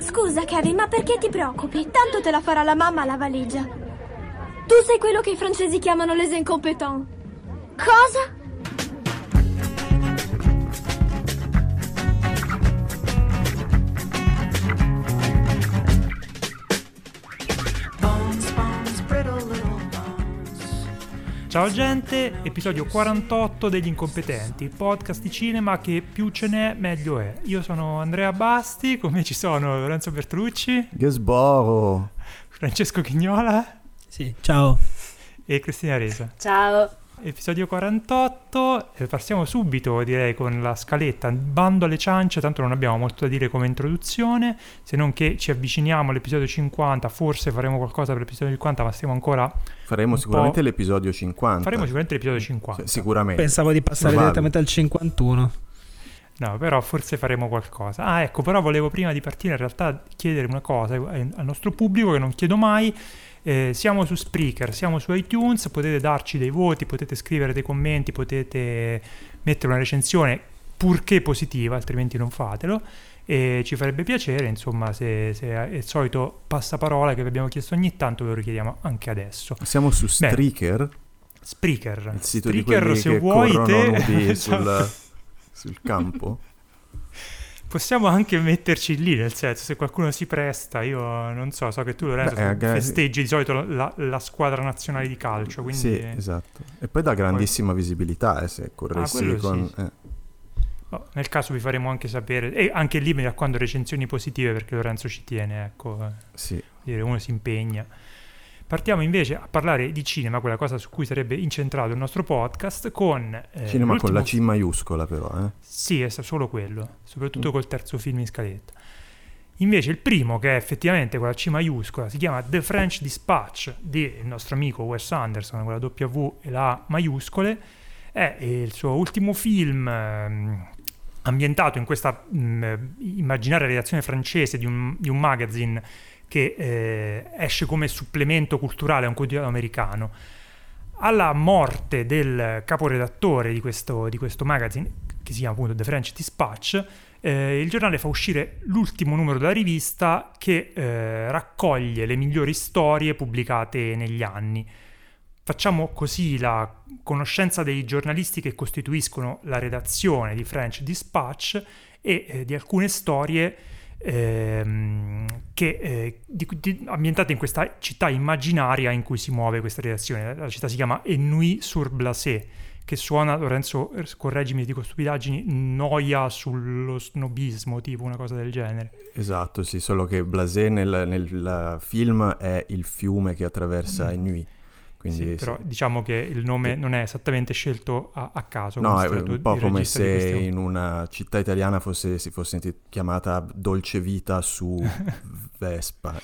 Scusa, Kevin, ma perché ti preoccupi? Tanto te la farà la mamma la valigia. Tu sei quello che i francesi chiamano les incompetents. Cosa? Ciao gente, episodio 48 degli Incompetenti, podcast di cinema che più ce n'è meglio è. Io sono Andrea Basti, con me ci sono Lorenzo Bertolucci, Gesboro, Francesco Chignola, sì, ciao, e Cristina Resa. Ciao. Episodio 48, partiamo subito direi con la scaletta, bando alle ciance, tanto non abbiamo molto da dire come introduzione, se non che ci avviciniamo all'episodio 50, forse faremo qualcosa per l'episodio 50, ma stiamo ancora... Faremo sicuramente l'episodio 50. Faremo sicuramente l'episodio 50. Sicuramente. Pensavo di passare direttamente al 51. No, però forse faremo qualcosa. Ah, ecco, però volevo prima di partire in realtà chiedere una cosa al nostro pubblico che non chiedo mai. Siamo su Spreaker, siamo su iTunes, potete darci dei voti, potete scrivere dei commenti, potete mettere una recensione purché positiva, altrimenti non fatelo, e ci farebbe piacere, insomma, se è il solito passaparola che vi abbiamo chiesto ogni tanto, ve lo richiediamo anche adesso. Siamo su Spreaker? Spreaker, il sito Spreaker, di quelli se che vuoi corrono te nudi sul campo. Possiamo anche metterci lì, nel senso, se qualcuno si presta, io non so che tu Lorenzo festeggi di solito la squadra nazionale di calcio, quindi... Sì, esatto. E poi dà grandissima visibilità, se corressi con... Sì. Oh, nel caso vi faremo anche sapere, e anche lì mi raccomando recensioni positive, perché Lorenzo ci tiene, ecco. Sì. Uno si impegna. Partiamo invece a parlare di cinema, quella cosa su cui sarebbe incentrato il nostro podcast, con... cinema con la C maiuscola però, Sì, è solo quello, soprattutto col terzo film in scaletta. Invece il primo, che è effettivamente con la C maiuscola, si chiama The French Dispatch, del nostro amico Wes Anderson, con la W e la A maiuscole, è il suo ultimo film ambientato in questa immaginaria redazione francese di un magazine che esce come supplemento culturale a un quotidiano americano. Alla morte del caporedattore di questo magazine, che si chiama appunto The French Dispatch, il giornale fa uscire l'ultimo numero della rivista che raccoglie le migliori storie pubblicate negli anni. Facciamo così la conoscenza dei giornalisti che costituiscono la redazione di French Dispatch e di alcune storie ambientate in questa città immaginaria in cui si muove questa redazione. La città si chiama Ennui-sur-Blasé, che suona, Lorenzo, correggimi, dico stupidaggini, noia sullo snobismo, tipo una cosa del genere. Esatto, sì, solo che Blasé nel film è il fiume che attraversa Ennui. Quindi, sì, però diciamo che il nome non è esattamente scelto a caso. No, è un po' come se in una città italiana si fosse chiamata Dolce Vita su Vespa.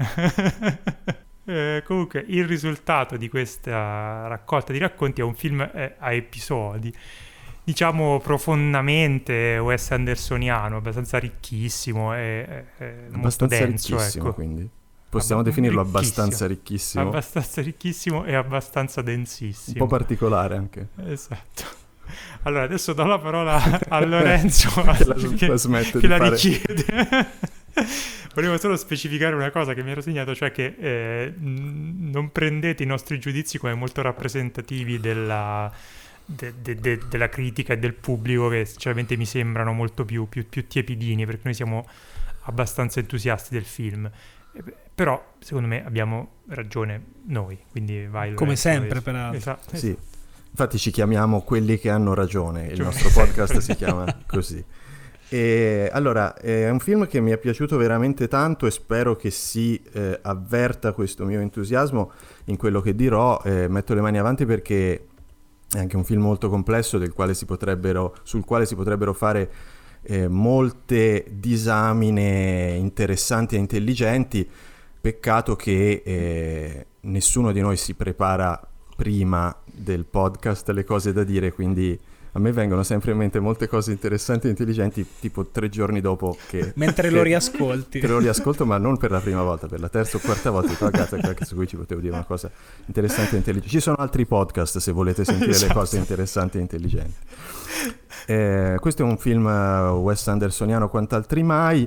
Comunque il risultato di questa raccolta di racconti è un film a episodi, diciamo profondamente Wes Andersoniano, abbastanza ricchissimo e molto denso, ricchissimo, ecco. Quindi possiamo definirlo abbastanza ricchissimo. Abbastanza ricchissimo e abbastanza densissimo. Un po' particolare anche. Esatto. Allora, adesso do la parola a Lorenzo che la richiede. Volevo solo specificare una cosa che mi ero segnato, cioè che non prendete i nostri giudizi come molto rappresentativi della critica e del pubblico, che sinceramente mi sembrano molto più tiepidini, perché noi siamo abbastanza entusiasti del film. Però secondo me abbiamo ragione noi, quindi vai come sempre peraltro. Esatto. Sì, infatti ci chiamiamo quelli che hanno ragione, il nostro podcast si chiama così. E allora è un film che mi è piaciuto veramente tanto e spero che si avverta questo mio entusiasmo in quello che dirò. Metto le mani avanti perché è anche un film molto complesso sul quale si potrebbero fare molte disamine interessanti e intelligenti. Peccato che nessuno di noi si prepara prima del podcast le cose da dire, quindi a me vengono sempre in mente molte cose interessanti e intelligenti tipo 3 giorni dopo che mentre lo riascolti. Che lo riascolto, ma non per la prima volta, per la terza o quarta volta su cui ci potevo dire una cosa interessante e intelligente. Ci sono altri podcast se volete sentire le cose interessanti e intelligenti. Questo è un film Wes Andersoniano quant'altri mai.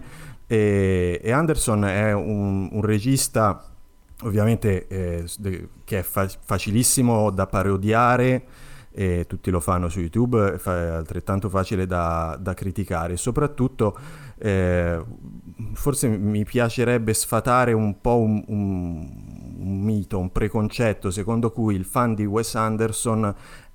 E Anderson è un regista ovviamente che è facilissimo da parodiare, tutti lo fanno su YouTube, è altrettanto facile da criticare. Soprattutto forse mi piacerebbe sfatare un po' un mito, un preconcetto secondo cui il fan di Wes Anderson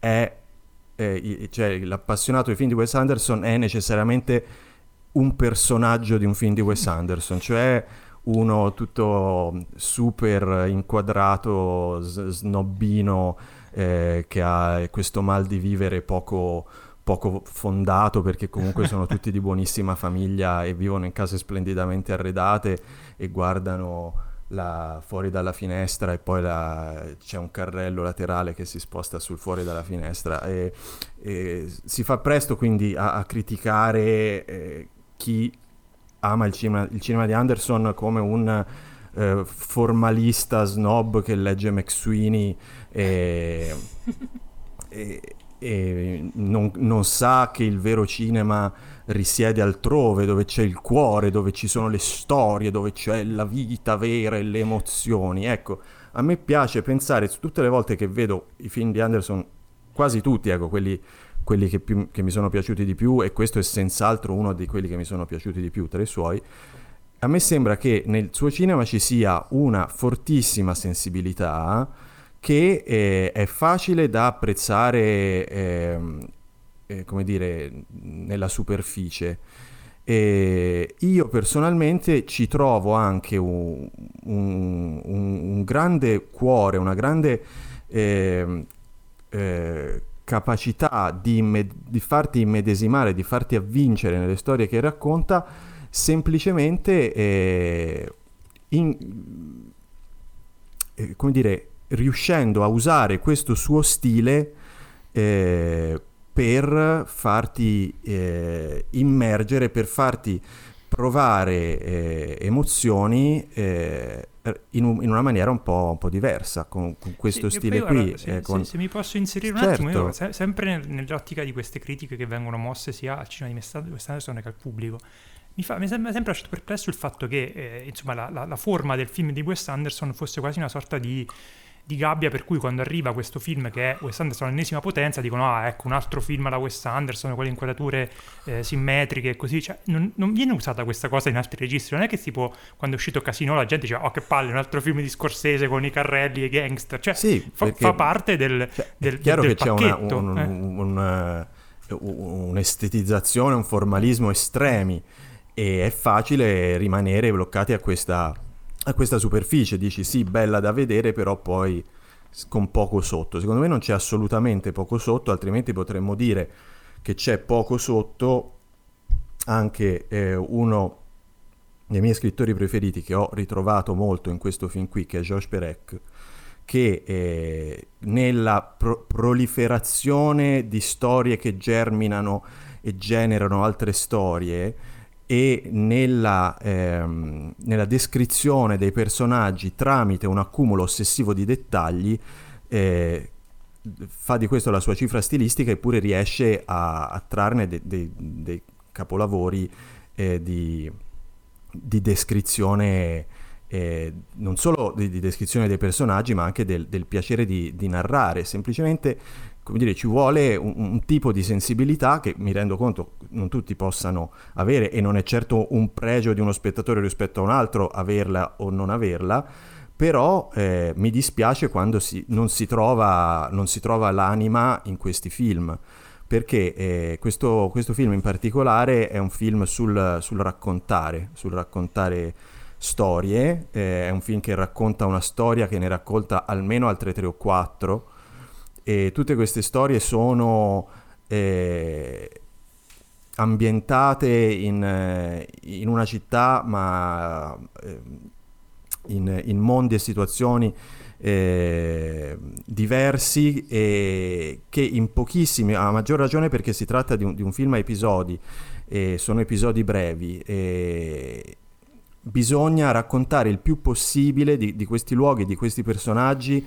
cioè l'appassionato dei film di Wes Anderson è necessariamente un personaggio di un film di Wes Anderson, cioè uno tutto super inquadrato, snobbino, che ha questo mal di vivere poco fondato, perché comunque sono tutti di buonissima famiglia e vivono in case splendidamente arredate e guardano fuori dalla finestra, e poi c'è un carrello laterale che si sposta sul fuori dalla finestra, e si fa presto quindi a criticare chi ama il cinema di Anderson come un formalista snob che legge McSweeney e non sa che il vero cinema risiede altrove, dove c'è il cuore, dove ci sono le storie, dove c'è la vita vera e le emozioni. Ecco, a me piace pensare, tutte le volte che vedo i film di Anderson, quasi tutti, ecco, quelli che mi sono piaciuti di più, e questo è senz'altro uno di quelli che mi sono piaciuti di più tra i suoi, a me sembra che nel suo cinema ci sia una fortissima sensibilità che è facile da apprezzare, come dire, nella superficie. Io personalmente ci trovo anche un grande cuore, una grande capacità di farti immedesimare, di farti avvincere nelle storie che racconta, semplicemente come dire, riuscendo a usare questo suo stile per farti immergere, per farti provare emozioni in una maniera un po' diversa, con questo stile qui. Guarda, se mi posso inserire un attimo, io sempre nell'ottica di queste critiche che vengono mosse sia al cinema di Wes Anderson che al pubblico, mi sembra sempre lasciato perplesso il fatto che insomma la forma del film di Wes Anderson fosse quasi una sorta di gabbia, per cui quando arriva questo film che è Wes Anderson all'ennesima potenza dicono ecco un altro film da Wes Anderson con le inquadrature simmetriche e così, cioè non viene usata questa cosa in altri registri. Non è che tipo quando è uscito Casino la gente diceva che palle, un altro film di Scorsese con i carrelli e i gangster, cioè sì, fa parte del chiaro del che pacchetto. C'è un'estetizzazione, un formalismo estremi, e è facile rimanere bloccati a questa superficie. Dici sì, bella da vedere, però poi con poco sotto. Secondo me non c'è assolutamente poco sotto, altrimenti potremmo dire che c'è poco sotto anche uno dei miei scrittori preferiti, che ho ritrovato molto in questo film qui, che è Georges Perec, che nella proliferazione di storie che germinano e generano altre storie, e nella descrizione dei personaggi tramite un accumulo ossessivo di dettagli, fa di questo la sua cifra stilistica, eppure riesce a trarne dei capolavori di descrizione, non solo di descrizione dei personaggi, ma anche del piacere di narrare. Semplicemente, come dire, ci vuole un tipo di sensibilità che mi rendo conto non tutti possano avere, e non è certo un pregio di uno spettatore rispetto a un altro averla o non averla, però mi dispiace quando non si trova l'anima in questi film, perché questo film in particolare è un film sul raccontare storie, è un film che racconta una storia che ne racconta almeno altre 3 o 4, e tutte queste storie sono ambientate in una città, ma in mondi e situazioni diversi, e che in pochissimi, a maggior ragione perché si tratta di un film a episodi, sono episodi brevi, bisogna raccontare il più possibile di questi luoghi, di questi personaggi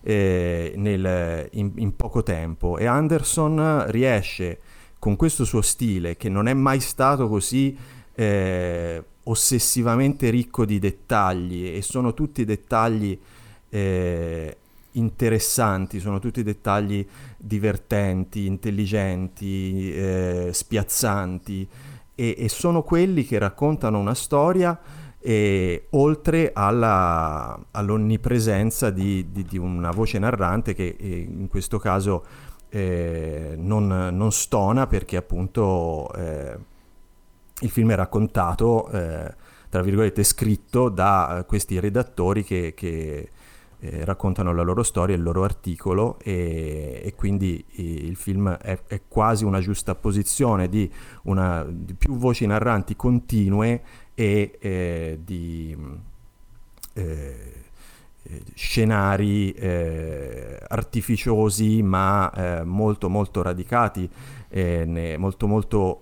in poco tempo, e Anderson riesce con questo suo stile, che non è mai stato così ossessivamente ricco di dettagli, e sono tutti dettagli interessanti, sono tutti dettagli divertenti, intelligenti, spiazzanti, e sono quelli che raccontano una storia, oltre all'onnipresenza di una voce narrante che in questo caso non stona, perché appunto il film è raccontato, tra virgolette scritto da questi redattori che raccontano la loro storia, il loro articolo, e quindi il film è quasi una giustapposizione di più voci narranti continue e di scenari artificiosi, ma molto molto radicati, molto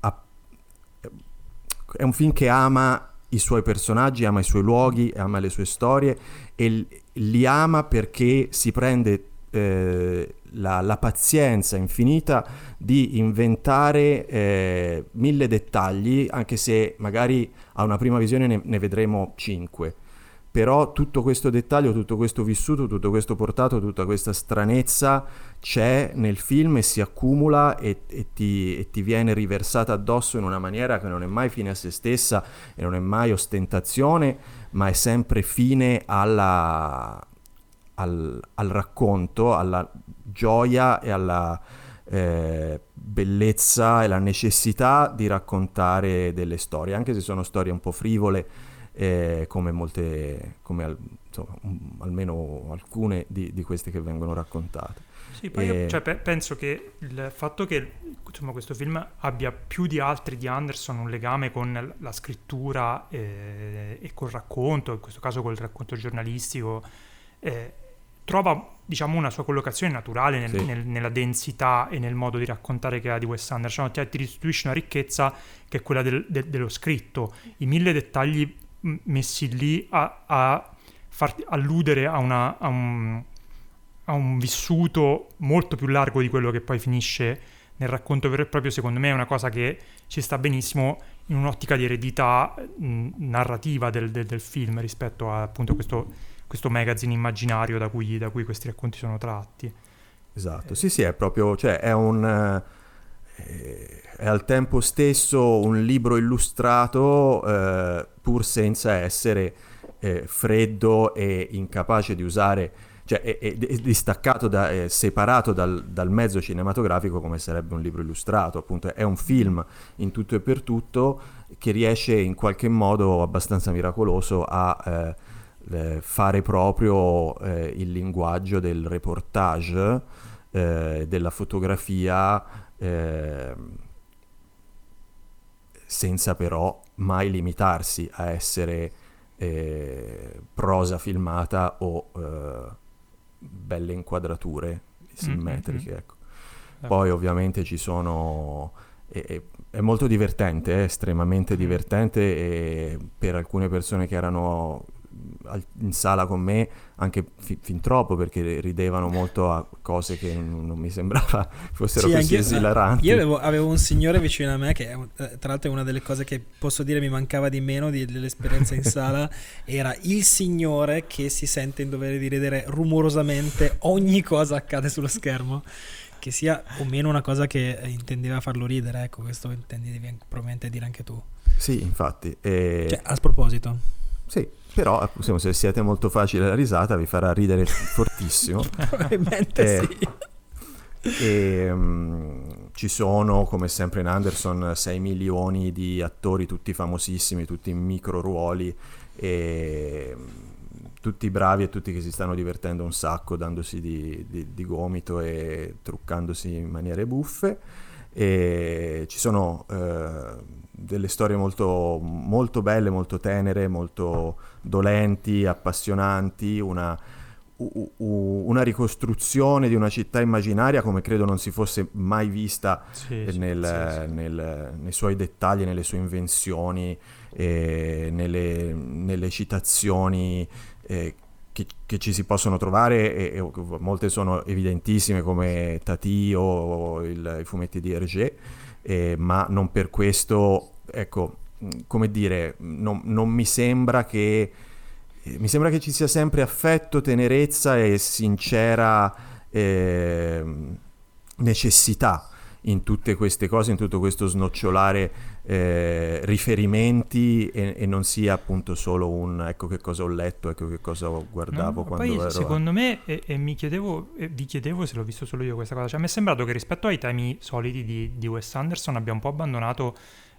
è un film che ama i suoi personaggi, ama i suoi luoghi, ama le sue storie, e li ama perché si prende la pazienza infinita di inventare 1000 dettagli, anche se magari a una prima visione ne vedremo 5. Però tutto questo dettaglio, tutto questo vissuto, tutto questo portato, tutta questa stranezza c'è nel film e si accumula e ti viene riversata addosso in una maniera che non è mai fine a se stessa e non è mai ostentazione, ma è sempre fine al racconto, alla gioia e alla bellezza e la necessità di raccontare delle storie, anche se sono storie un po' frivole, insomma, almeno alcune di queste che vengono raccontate. Sì, poi io penso che il fatto che insomma questo film abbia più di altri di Anderson un legame con la scrittura e col racconto, in questo caso col racconto giornalistico, trova, diciamo, una sua collocazione naturale nella densità e nel modo di raccontare che ha di Wes Anderson. Cioè, ti restituisce una ricchezza che è quella dello scritto, i 1000 dettagli messi lì a farti alludere a un vissuto molto più largo di quello che poi finisce nel racconto vero e proprio. Secondo me è una cosa che ci sta benissimo in un'ottica di eredità narrativa del film rispetto a appunto questo magazine immaginario da cui questi racconti sono tratti. Esatto, sì, è proprio, cioè è è al tempo stesso un libro illustrato, pur senza essere freddo e incapace di usare, cioè è distaccato separato dal mezzo cinematografico, come sarebbe un libro illustrato. Appunto è un film in tutto e per tutto che riesce in qualche modo abbastanza miracoloso a fare proprio il linguaggio del reportage, della fotografia, senza però mai limitarsi a essere prosa filmata o belle inquadrature simmetriche, ecco. Poi ovviamente ci sono è molto divertente, è estremamente divertente, e per alcune persone che erano in sala con me anche fin troppo, perché ridevano molto a cose che non mi sembrava fossero così esilaranti. Io avevo un signore vicino a me che tra l'altro è una delle cose che posso dire mi mancava di meno dell'esperienza in sala, era il signore che si sente in dovere di ridere rumorosamente ogni cosa accade sullo schermo, che sia o meno una cosa che intendeva farlo ridere. Ecco, questo intendi probabilmente dire anche tu. Sì, infatti. Cioè, a sproposito. Sì, però se siete molto facile la risata vi farà ridere fortissimo. Probabilmente sì. Ci sono, come sempre in Anderson, 6 milioni di attori, tutti famosissimi, tutti in micro ruoli, e tutti bravi e tutti che si stanno divertendo un sacco, dandosi di gomito e truccandosi in maniere buffe. E ci sono delle storie molto, molto belle, molto tenere, molto dolenti, appassionanti, una ricostruzione di una città immaginaria come credo non si fosse mai vista nei suoi dettagli, nelle sue invenzioni, nelle citazioni che ci si possono trovare, e molte sono evidentissime come Tati o i fumetti di Hergé, ma non per questo, ecco, come dire, non mi sembra che... Mi sembra che ci sia sempre affetto, tenerezza e sincera necessità in tutte queste cose, in tutto questo snocciolare riferimenti e non sia appunto solo un ecco che cosa ho letto, ecco che cosa guardavo quando poi ero... Secondo me, e vi chiedevo se l'ho visto solo io questa cosa, cioè mi è sembrato che rispetto ai temi soliti di Wes Anderson abbia un po' abbandonato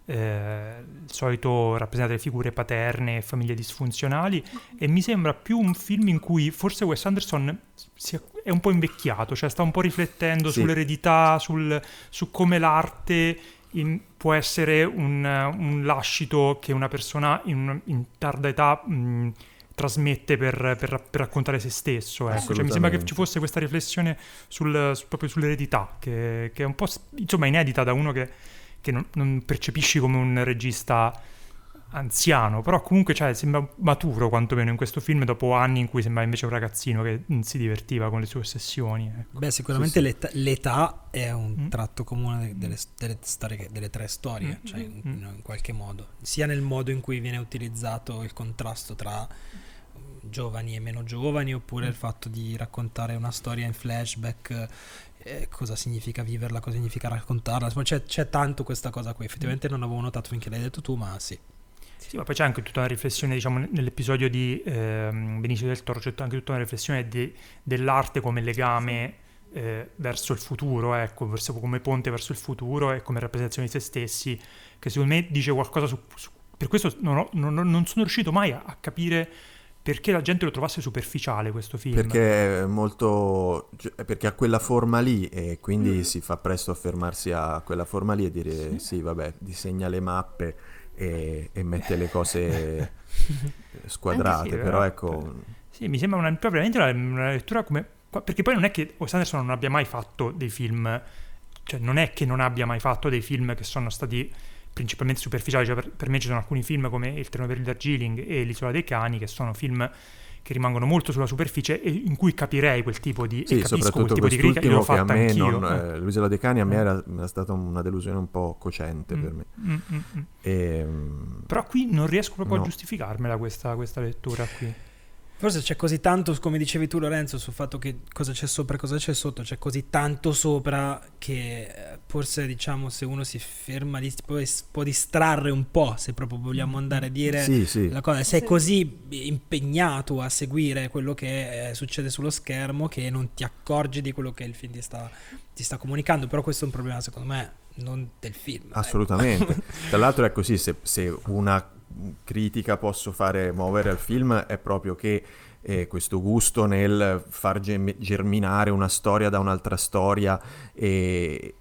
il solito rappresentare figure paterne, famiglie disfunzionali, e mi sembra più un film in cui forse Wes Anderson è un po' invecchiato, cioè sta un po' riflettendo sull'eredità, su come l'arte può essere un lascito che una persona in tarda età trasmette per raccontare se stesso, ecco. Cioè, mi sembra che ci fosse questa riflessione proprio sull'eredità che è un po' insomma inedita da uno che non percepisci come un regista anziano, però comunque sembra maturo quantomeno in questo film, dopo anni in cui sembra invece un ragazzino che si divertiva con le sue ossessioni, ecco. Beh, sicuramente l'età è un tratto comune delle storie, delle tre storie, cioè in qualche modo, sia nel modo in cui viene utilizzato il contrasto tra giovani e meno giovani, oppure il fatto di raccontare una storia in flashback, cosa significa viverla, cosa significa raccontarla. C'è tanto questa cosa qui, effettivamente non avevo notato finché l'hai detto tu, ma sì, ma poi c'è anche tutta una riflessione, diciamo, nell'episodio di Benicio del Toro, c'è anche tutta una riflessione dell'arte come legame verso il futuro, ecco, come ponte verso il futuro e come rappresentazione di se stessi, che secondo me dice qualcosa per questo non sono riuscito mai a capire perché la gente lo trovasse superficiale questo film. Perché è molto... perché ha quella forma lì e quindi si fa presto a fermarsi a quella forma lì e dire sì vabbè, disegna le mappe e mette le cose squadrate, sì, però ecco... Sì, mi sembra veramente una lettura come... Perché poi non è che Wes Anderson non abbia mai fatto dei film... Cioè non è che non abbia mai fatto dei film che sono stati principalmente superficiali, cioè per me ci sono alcuni film come Il treno per il Darjeeling e L'isola dei cani che sono film che rimangono molto sulla superficie e in cui capirei quel tipo di sì, capisco quel tipo di critica, io l'ho fatta anch'io. L'isola dei cani a me era stata una delusione un po' cocente per me. Però qui non riesco proprio a giustificarmela questa lettura qui. Forse c'è così tanto, come dicevi tu Lorenzo, sul fatto che cosa c'è sopra e cosa c'è sotto, c'è così tanto sopra che forse diciamo se uno si ferma può distrarre un po', se proprio vogliamo andare a dire la cosa, sei così impegnato a seguire quello che succede sullo schermo che non ti accorgi di quello che il film ti sta comunicando, però questo è un problema secondo me non del film. Assolutamente. Tra l'altro è così, se una critica posso fare muovere al film è proprio che questo gusto nel far germinare una storia da un'altra storia e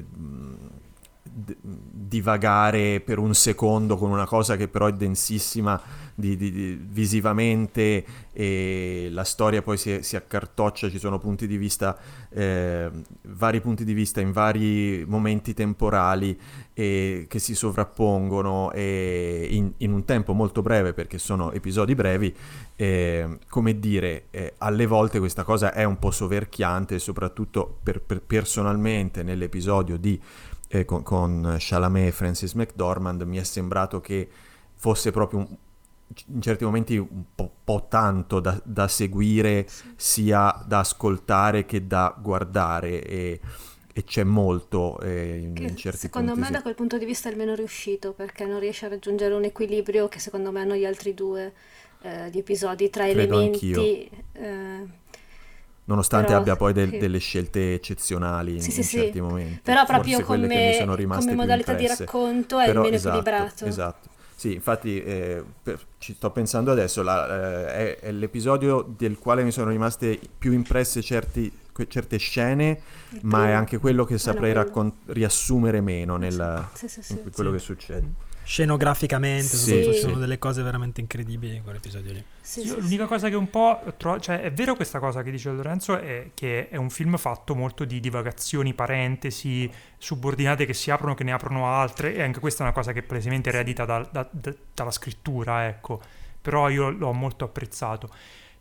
divagare per un secondo con una cosa che però è densissima visivamente e la storia poi si accartoccia, ci sono punti di vista, vari punti di vista in vari momenti temporali che si sovrappongono e in un tempo molto breve perché sono episodi brevi, come dire, alle volte questa cosa è un po' soverchiante, soprattutto personalmente nell'episodio con Chalamet e Frances McDormand mi è sembrato che fosse proprio in certi momenti un po' tanto da seguire, sia da ascoltare che da guardare e c'è molto in certi secondo punti, me da quel punto di vista è il meno riuscito perché non riesce a raggiungere un equilibrio che secondo me hanno gli altri due di episodi tra credo elementi nonostante però, abbia poi delle scelte eccezionali in certi momenti, però proprio forse quelle che mi sono rimaste come modalità di racconto è il meno equilibrato. Esatto. Sì, infatti ci sto pensando adesso, è l'episodio del quale mi sono rimaste più impresse certe scene, ma è anche quello che saprei riassumere meno in quello che succede. Scenograficamente ci sono delle cose veramente incredibili in quell'episodio lì. L'unica cosa che un po' cioè è vero questa cosa che dice Lorenzo, è che è un film fatto molto di divagazioni, parentesi subordinate che si aprono, che ne aprono altre, e anche questa è una cosa che palesemente eredita dalla scrittura, ecco, però io l'ho molto apprezzato.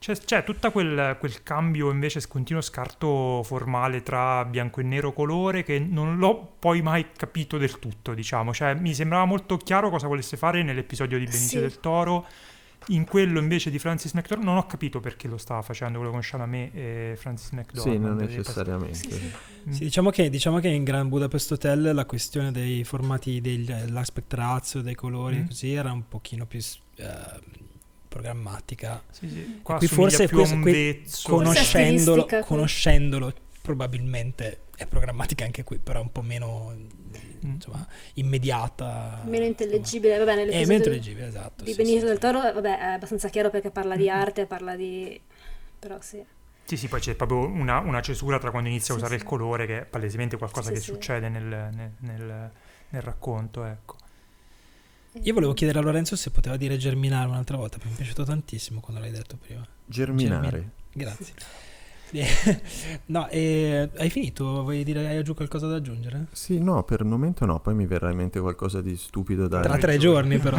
c'è tutto quel cambio invece, continuo scarto formale tra bianco e nero colore, che non l'ho poi mai capito del tutto, diciamo. Cioè, mi sembrava molto chiaro cosa volesse fare nell'episodio di Benicio del Toro. In quello invece di Francis McDormand non ho capito perché lo stava facendo quello con Chalamet e Francis McDormand. Sì, non necessariamente. Sì, diciamo che in Grand Budapest Hotel la questione dei formati dell'aspect ratio, dei colori così era un pochino più programmatica. Sì. Qua qui forse più a un vezzo. Conoscendolo probabilmente è programmatica anche qui, però un po' meno insomma immediata, meno intellegibile. Vabbè, nell'episodio meno intellegibile, esatto, di Benicio del Toro, vabbè, è abbastanza chiaro perché parla di arte, parla di... però sì, poi c'è proprio una cesura tra quando inizia a usare il colore, che è palesemente qualcosa che succede nel racconto, ecco. Io volevo chiedere a Lorenzo se poteva dire germinare un'altra volta, perché mi è piaciuto tantissimo quando l'hai detto prima. Germinare. Grazie. No, hai finito? Vuoi dire, hai giù qualcosa da aggiungere? Sì, no, per il momento no, poi mi verrà in mente qualcosa di stupido da... Tra 3 giorni però.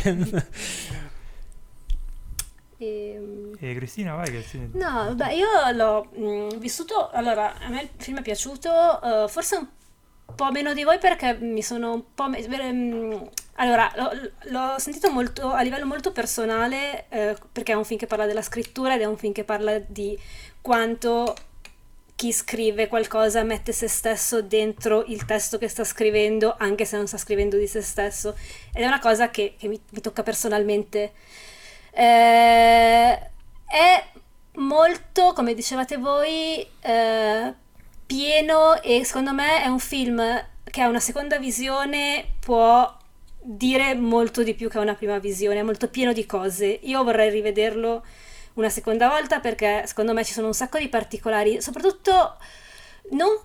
Cristina, vai. No, vabbè, io l'ho vissuto, allora, a me il film è piaciuto, forse un po' meno di voi perché mi sono un po'... allora, l'ho sentito molto a livello molto personale, perché è un film che parla della scrittura ed è un film che parla di quanto chi scrive qualcosa mette se stesso dentro il testo che sta scrivendo, anche se non sta scrivendo di se stesso, ed è una cosa che mi tocca personalmente. È molto, come dicevate voi, pieno, e secondo me è un film che a una seconda visione può dire molto di più che a una prima visione, è molto pieno di cose. Io vorrei rivederlo una seconda volta perché secondo me ci sono un sacco di particolari, soprattutto non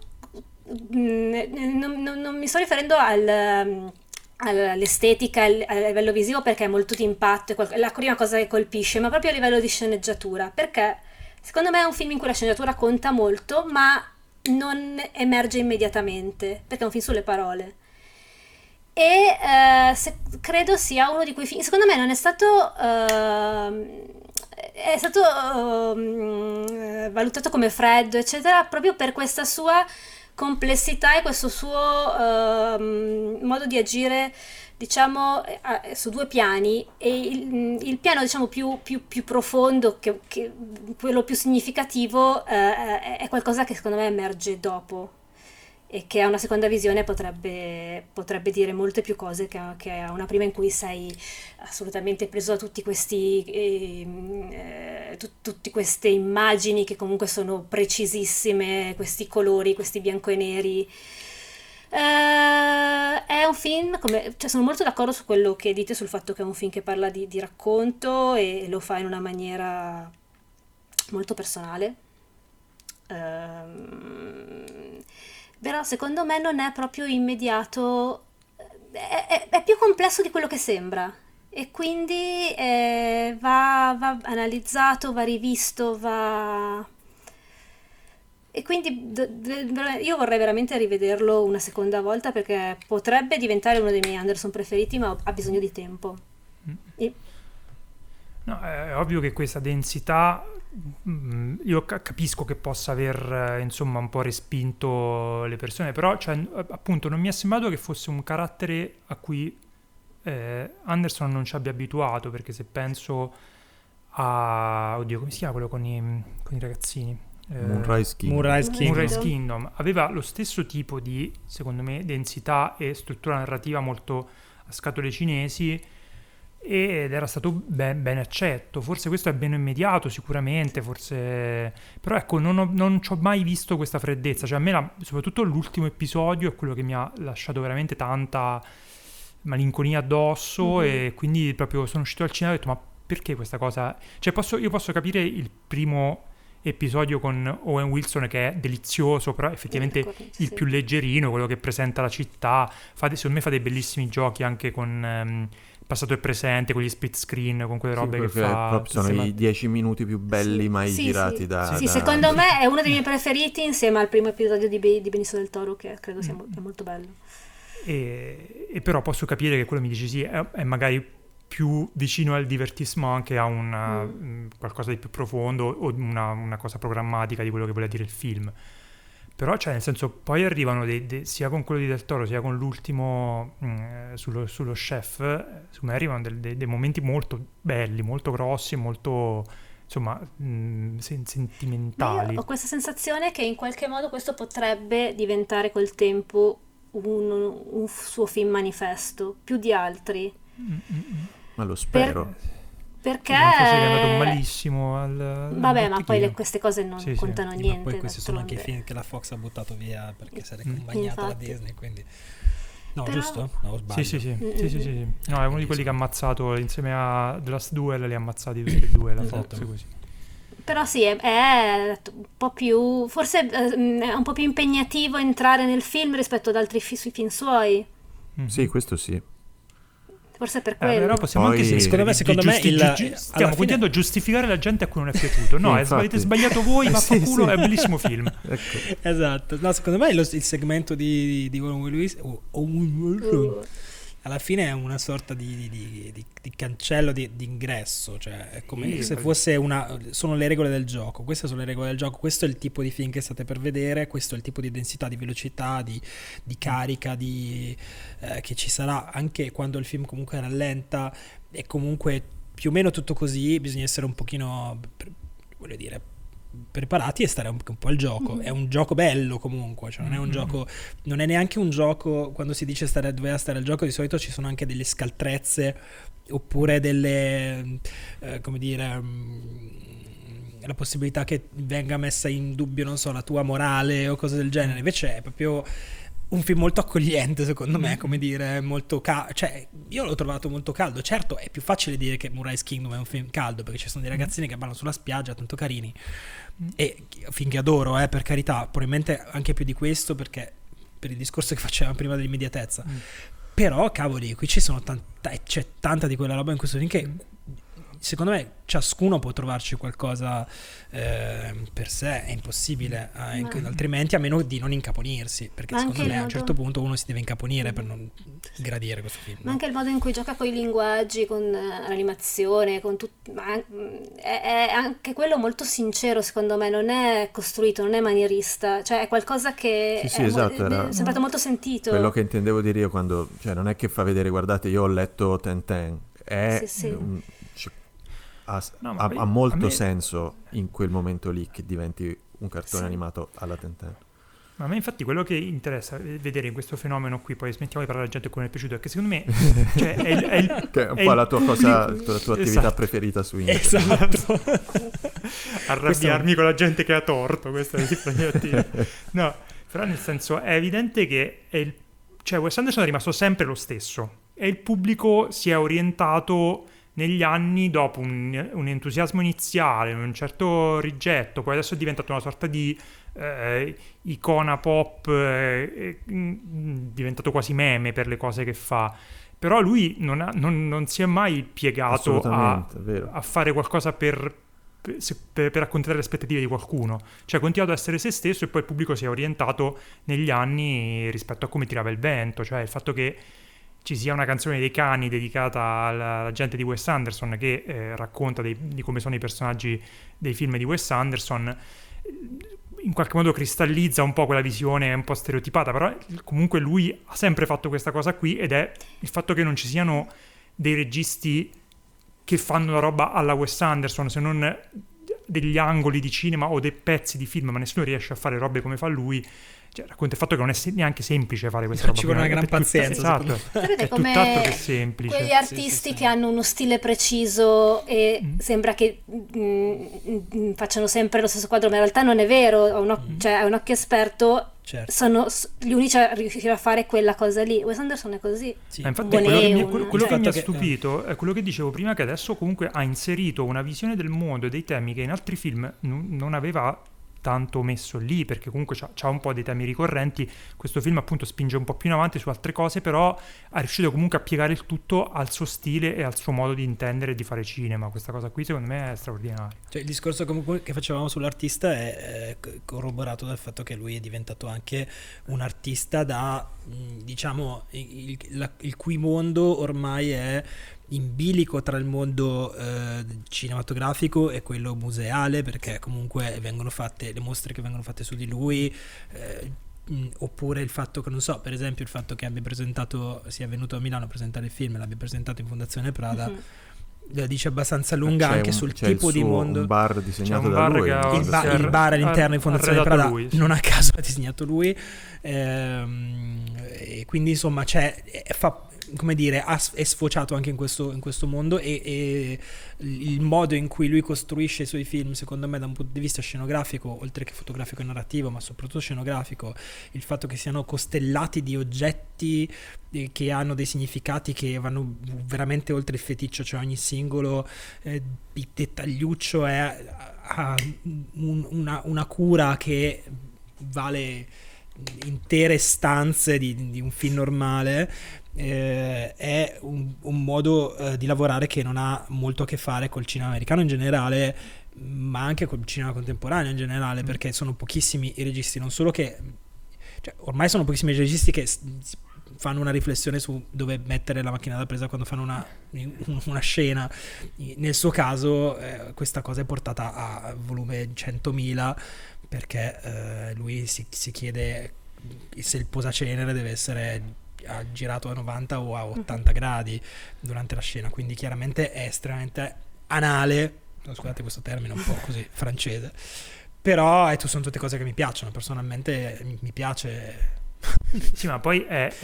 mi sto riferendo all'estetica, al livello visivo, perché è molto d'impatto, è la prima cosa che colpisce, ma proprio a livello di sceneggiatura, perché secondo me è un film in cui la sceneggiatura conta molto, ma non emerge immediatamente, perché è un film sulle parole. E credo sia uno di quei film, secondo me non è stato valutato come freddo, eccetera, proprio per questa sua complessità e questo suo modo di agire, diciamo, su 2 piani, e il piano, diciamo, più profondo, che quello più significativo, è qualcosa che secondo me emerge dopo e che a una seconda visione potrebbe dire molte più cose che a una prima in cui sei assolutamente preso da tutte queste immagini che comunque sono precisissime, questi colori, questi bianco e neri. È un film, sono molto d'accordo su quello che dite sul fatto che è un film che parla di racconto e lo fa in una maniera molto personale. Però secondo me non è proprio immediato, è più complesso di quello che sembra, e quindi va analizzato, va rivisto, e quindi io vorrei veramente rivederlo una seconda volta, perché potrebbe diventare uno dei miei Anderson preferiti, ma ha bisogno di tempo. No, è ovvio che questa densità, io capisco che possa aver insomma un po' respinto le persone, però appunto non mi è sembrato che fosse un carattere a cui Anderson non ci abbia abituato, perché se penso a come si chiama quello con i ragazzini, Moonrise Kingdom, aveva lo stesso tipo di, secondo me, densità e struttura narrativa molto a scatole cinesi, ed era stato ben accetto. Forse questo è meno immediato, sicuramente, forse, però ecco, non ci ho mai visto questa freddezza. Cioè, a me soprattutto l'ultimo episodio è quello che mi ha lasciato veramente tanta malinconia addosso, e quindi proprio sono uscito dal cinema e ho detto: ma perché questa cosa? Cioè, io posso capire il primo episodio con Owen Wilson, che è delizioso, però effettivamente il più leggerino, quello che presenta la città. Secondo me fa dei bellissimi giochi anche con passato e presente, con gli split screen, con quelle robe che fa. Sono i 10 minuti più belli mai girati da... secondo me è uno dei miei preferiti, insieme al primo episodio di Benicio del Toro, che credo sia molto bello. E però posso capire che quello mi dice sì, è magari più vicino al divertissement che a qualcosa di più profondo o una cosa programmatica di quello che voleva dire il film. Però, cioè, nel senso, poi arrivano sia con quello di Del Toro sia con l'ultimo sullo chef, secondo me arrivano dei momenti molto belli, molto grossi, molto, insomma, sentimentali. Io ho questa sensazione che in qualche modo questo potrebbe diventare col tempo un suo film manifesto, più di altri. Ma lo spero. Perché forse è andato malissimo vabbè, ma poi queste cose non contano niente. Ma poi questi sono anche i film che la Fox ha buttato via perché si è ricompagnata la Disney, quindi no, però... giusto? No, sbaglio. Sì. No, è uno di quelli che ha ammazzato insieme a The Last Duel, li ha ammazzati tutti e due la Fox, così. Però sì, è un po' più, forse è un po' più impegnativo entrare nel film rispetto ad altri film suoi. Sì, questo sì. Forse per quello. Però possiamo poi, anche secondo me stiamo continuando a giustificare la gente a cui non è piaciuto. No, avete sbagliato voi, vaffanculo, è un bellissimo film. Ecco. Esatto. No, secondo me il segmento di Owen Wilson alla fine è una sorta di cancello di ingresso, cioè è come se fosse sono le regole del gioco. Queste sono le regole del gioco, questo è il tipo di film che state per vedere, questo è il tipo di densità, di velocità, di carica, che ci sarà anche quando il film comunque rallenta, e comunque più o meno tutto così. Bisogna essere un pochino, voglio dire, preparati e stare un po' al gioco. È un gioco bello comunque, cioè non è un gioco, non è neanche un gioco. Quando si dice doveva stare al gioco, di solito ci sono anche delle scaltrezze oppure delle come dire, la possibilità che venga messa in dubbio, non so, la tua morale o cose del genere. Invece è proprio un film molto accogliente, secondo me, come dire, molto cioè io l'ho trovato molto caldo. Certo, è più facile dire che Moonrise Kingdom è un film caldo perché ci sono dei ragazzini che ballano sulla spiaggia, tanto carini, e film che adoro, per carità, probabilmente anche più di questo, perché per il discorso che facevamo prima dell'immediatezza. Però cavoli, qui c'è tanta di quella roba in questo film che secondo me ciascuno può trovarci qualcosa per sé. È impossibile altrimenti, a meno di non incaponirsi, perché secondo me a un certo punto uno si deve incaponire per non gradire questo film. Ma anche il modo in cui gioca con i linguaggi, con l'animazione, con è anche quello molto sincero, secondo me. Non è costruito, non è manierista, cioè è qualcosa che esatto, è sembrato molto sentito. Quello che intendevo dire io quando, cioè non è che fa vedere, guardate, io ho letto Tintin, è ha molto senso in quel momento lì che diventi un cartone animato alla Tintin. Ma a me infatti quello che interessa vedere in questo fenomeno qui, poi smettiamo di parlare alla gente a cui non è piaciuto, è che secondo me cioè, che è un po' la tua cosa, la tua attività preferita su internet. Esatto. Arrabbiarmi con la gente che ha torto, questo è il no, però nel senso è evidente che cioè Wes Anderson è rimasto sempre lo stesso e il pubblico si è orientato negli anni dopo un entusiasmo iniziale, un certo rigetto, poi adesso è diventato una sorta di icona pop, diventato quasi meme per le cose che fa. Però lui non si è mai piegato a fare qualcosa per accontentare le aspettative di qualcuno. Cioè ha continuato ad essere se stesso e poi il pubblico si è orientato negli anni rispetto a come tirava il vento. Cioè il fatto che ci sia una canzone dei cani dedicata alla gente di Wes Anderson che racconta di come sono i personaggi dei film di Wes Anderson, in qualche modo cristallizza un po' quella visione un po' stereotipata. Però comunque lui ha sempre fatto questa cosa qui, ed è il fatto che non ci siano dei registi che fanno la roba alla Wes Anderson, se non degli angoli di cinema o dei pezzi di film, ma nessuno riesce a fare robe come fa lui. Cioè, racconta il fatto che non è neanche semplice fare questa roba. Ci vuole una gran pazienza. Esatto. Sapete è come tutt'altro che semplice. Quegli artisti che hanno uno stile preciso e sembra che facciano sempre lo stesso quadro, ma in realtà non è vero. Cioè, è un occhio esperto. Certo. Sono gli unici a riuscire a fare quella cosa lì. Wes Anderson è così. Sì. Infatti quello che mi ha stupito è quello che dicevo prima, che adesso comunque ha inserito una visione del mondo e dei temi che in altri film non aveva tanto messo lì, perché comunque c'ha un po' dei temi ricorrenti. Questo film appunto spinge un po' più in avanti su altre cose, però è riuscito comunque a piegare il tutto al suo stile e al suo modo di intendere e di fare cinema. Questa cosa qui secondo me è straordinaria. Cioè, il discorso comunque che facevamo sull'artista è corroborato dal fatto che lui è diventato anche un artista da, diciamo, il cui mondo ormai è in bilico tra il mondo cinematografico e quello museale, perché comunque vengono fatte le mostre che vengono fatte su di lui, oppure il fatto che, non so, per esempio il fatto che abbia presentato, sia venuto a Milano a presentare il film e l'abbia presentato in Fondazione Prada, la dice abbastanza lunga anche sul tipo di mondo. Un bar disegnato un da bar lui. che Il bar all'interno di Fondazione Prada lui, sì. non a caso l'ha disegnato lui, e quindi insomma come dire, è sfociato anche in questo mondo, e il modo in cui lui costruisce i suoi film, secondo me, da un punto di vista scenografico, oltre che fotografico e narrativo, ma soprattutto scenografico, il fatto che siano costellati di oggetti che hanno dei significati che vanno veramente oltre il feticcio, cioè ogni singolo dettagliuccio ha una cura che vale intere stanze di un film normale. È un modo di lavorare che non ha molto a che fare col cinema americano in generale, ma anche col cinema contemporaneo in generale, perché sono pochissimi i registi, non solo che, cioè, ormai sono pochissimi i registi che fanno una riflessione su dove mettere la macchina da presa quando fanno una scena. Nel suo caso questa cosa è portata a volume 100.000, perché lui si chiede se il posacenere deve essere girato a 90 o a 80 gradi durante la scena, quindi chiaramente è estremamente anale, scusate questo termine un po' così francese, però sono tutte cose che mi piacciono, personalmente mi piace. Sì, ma poi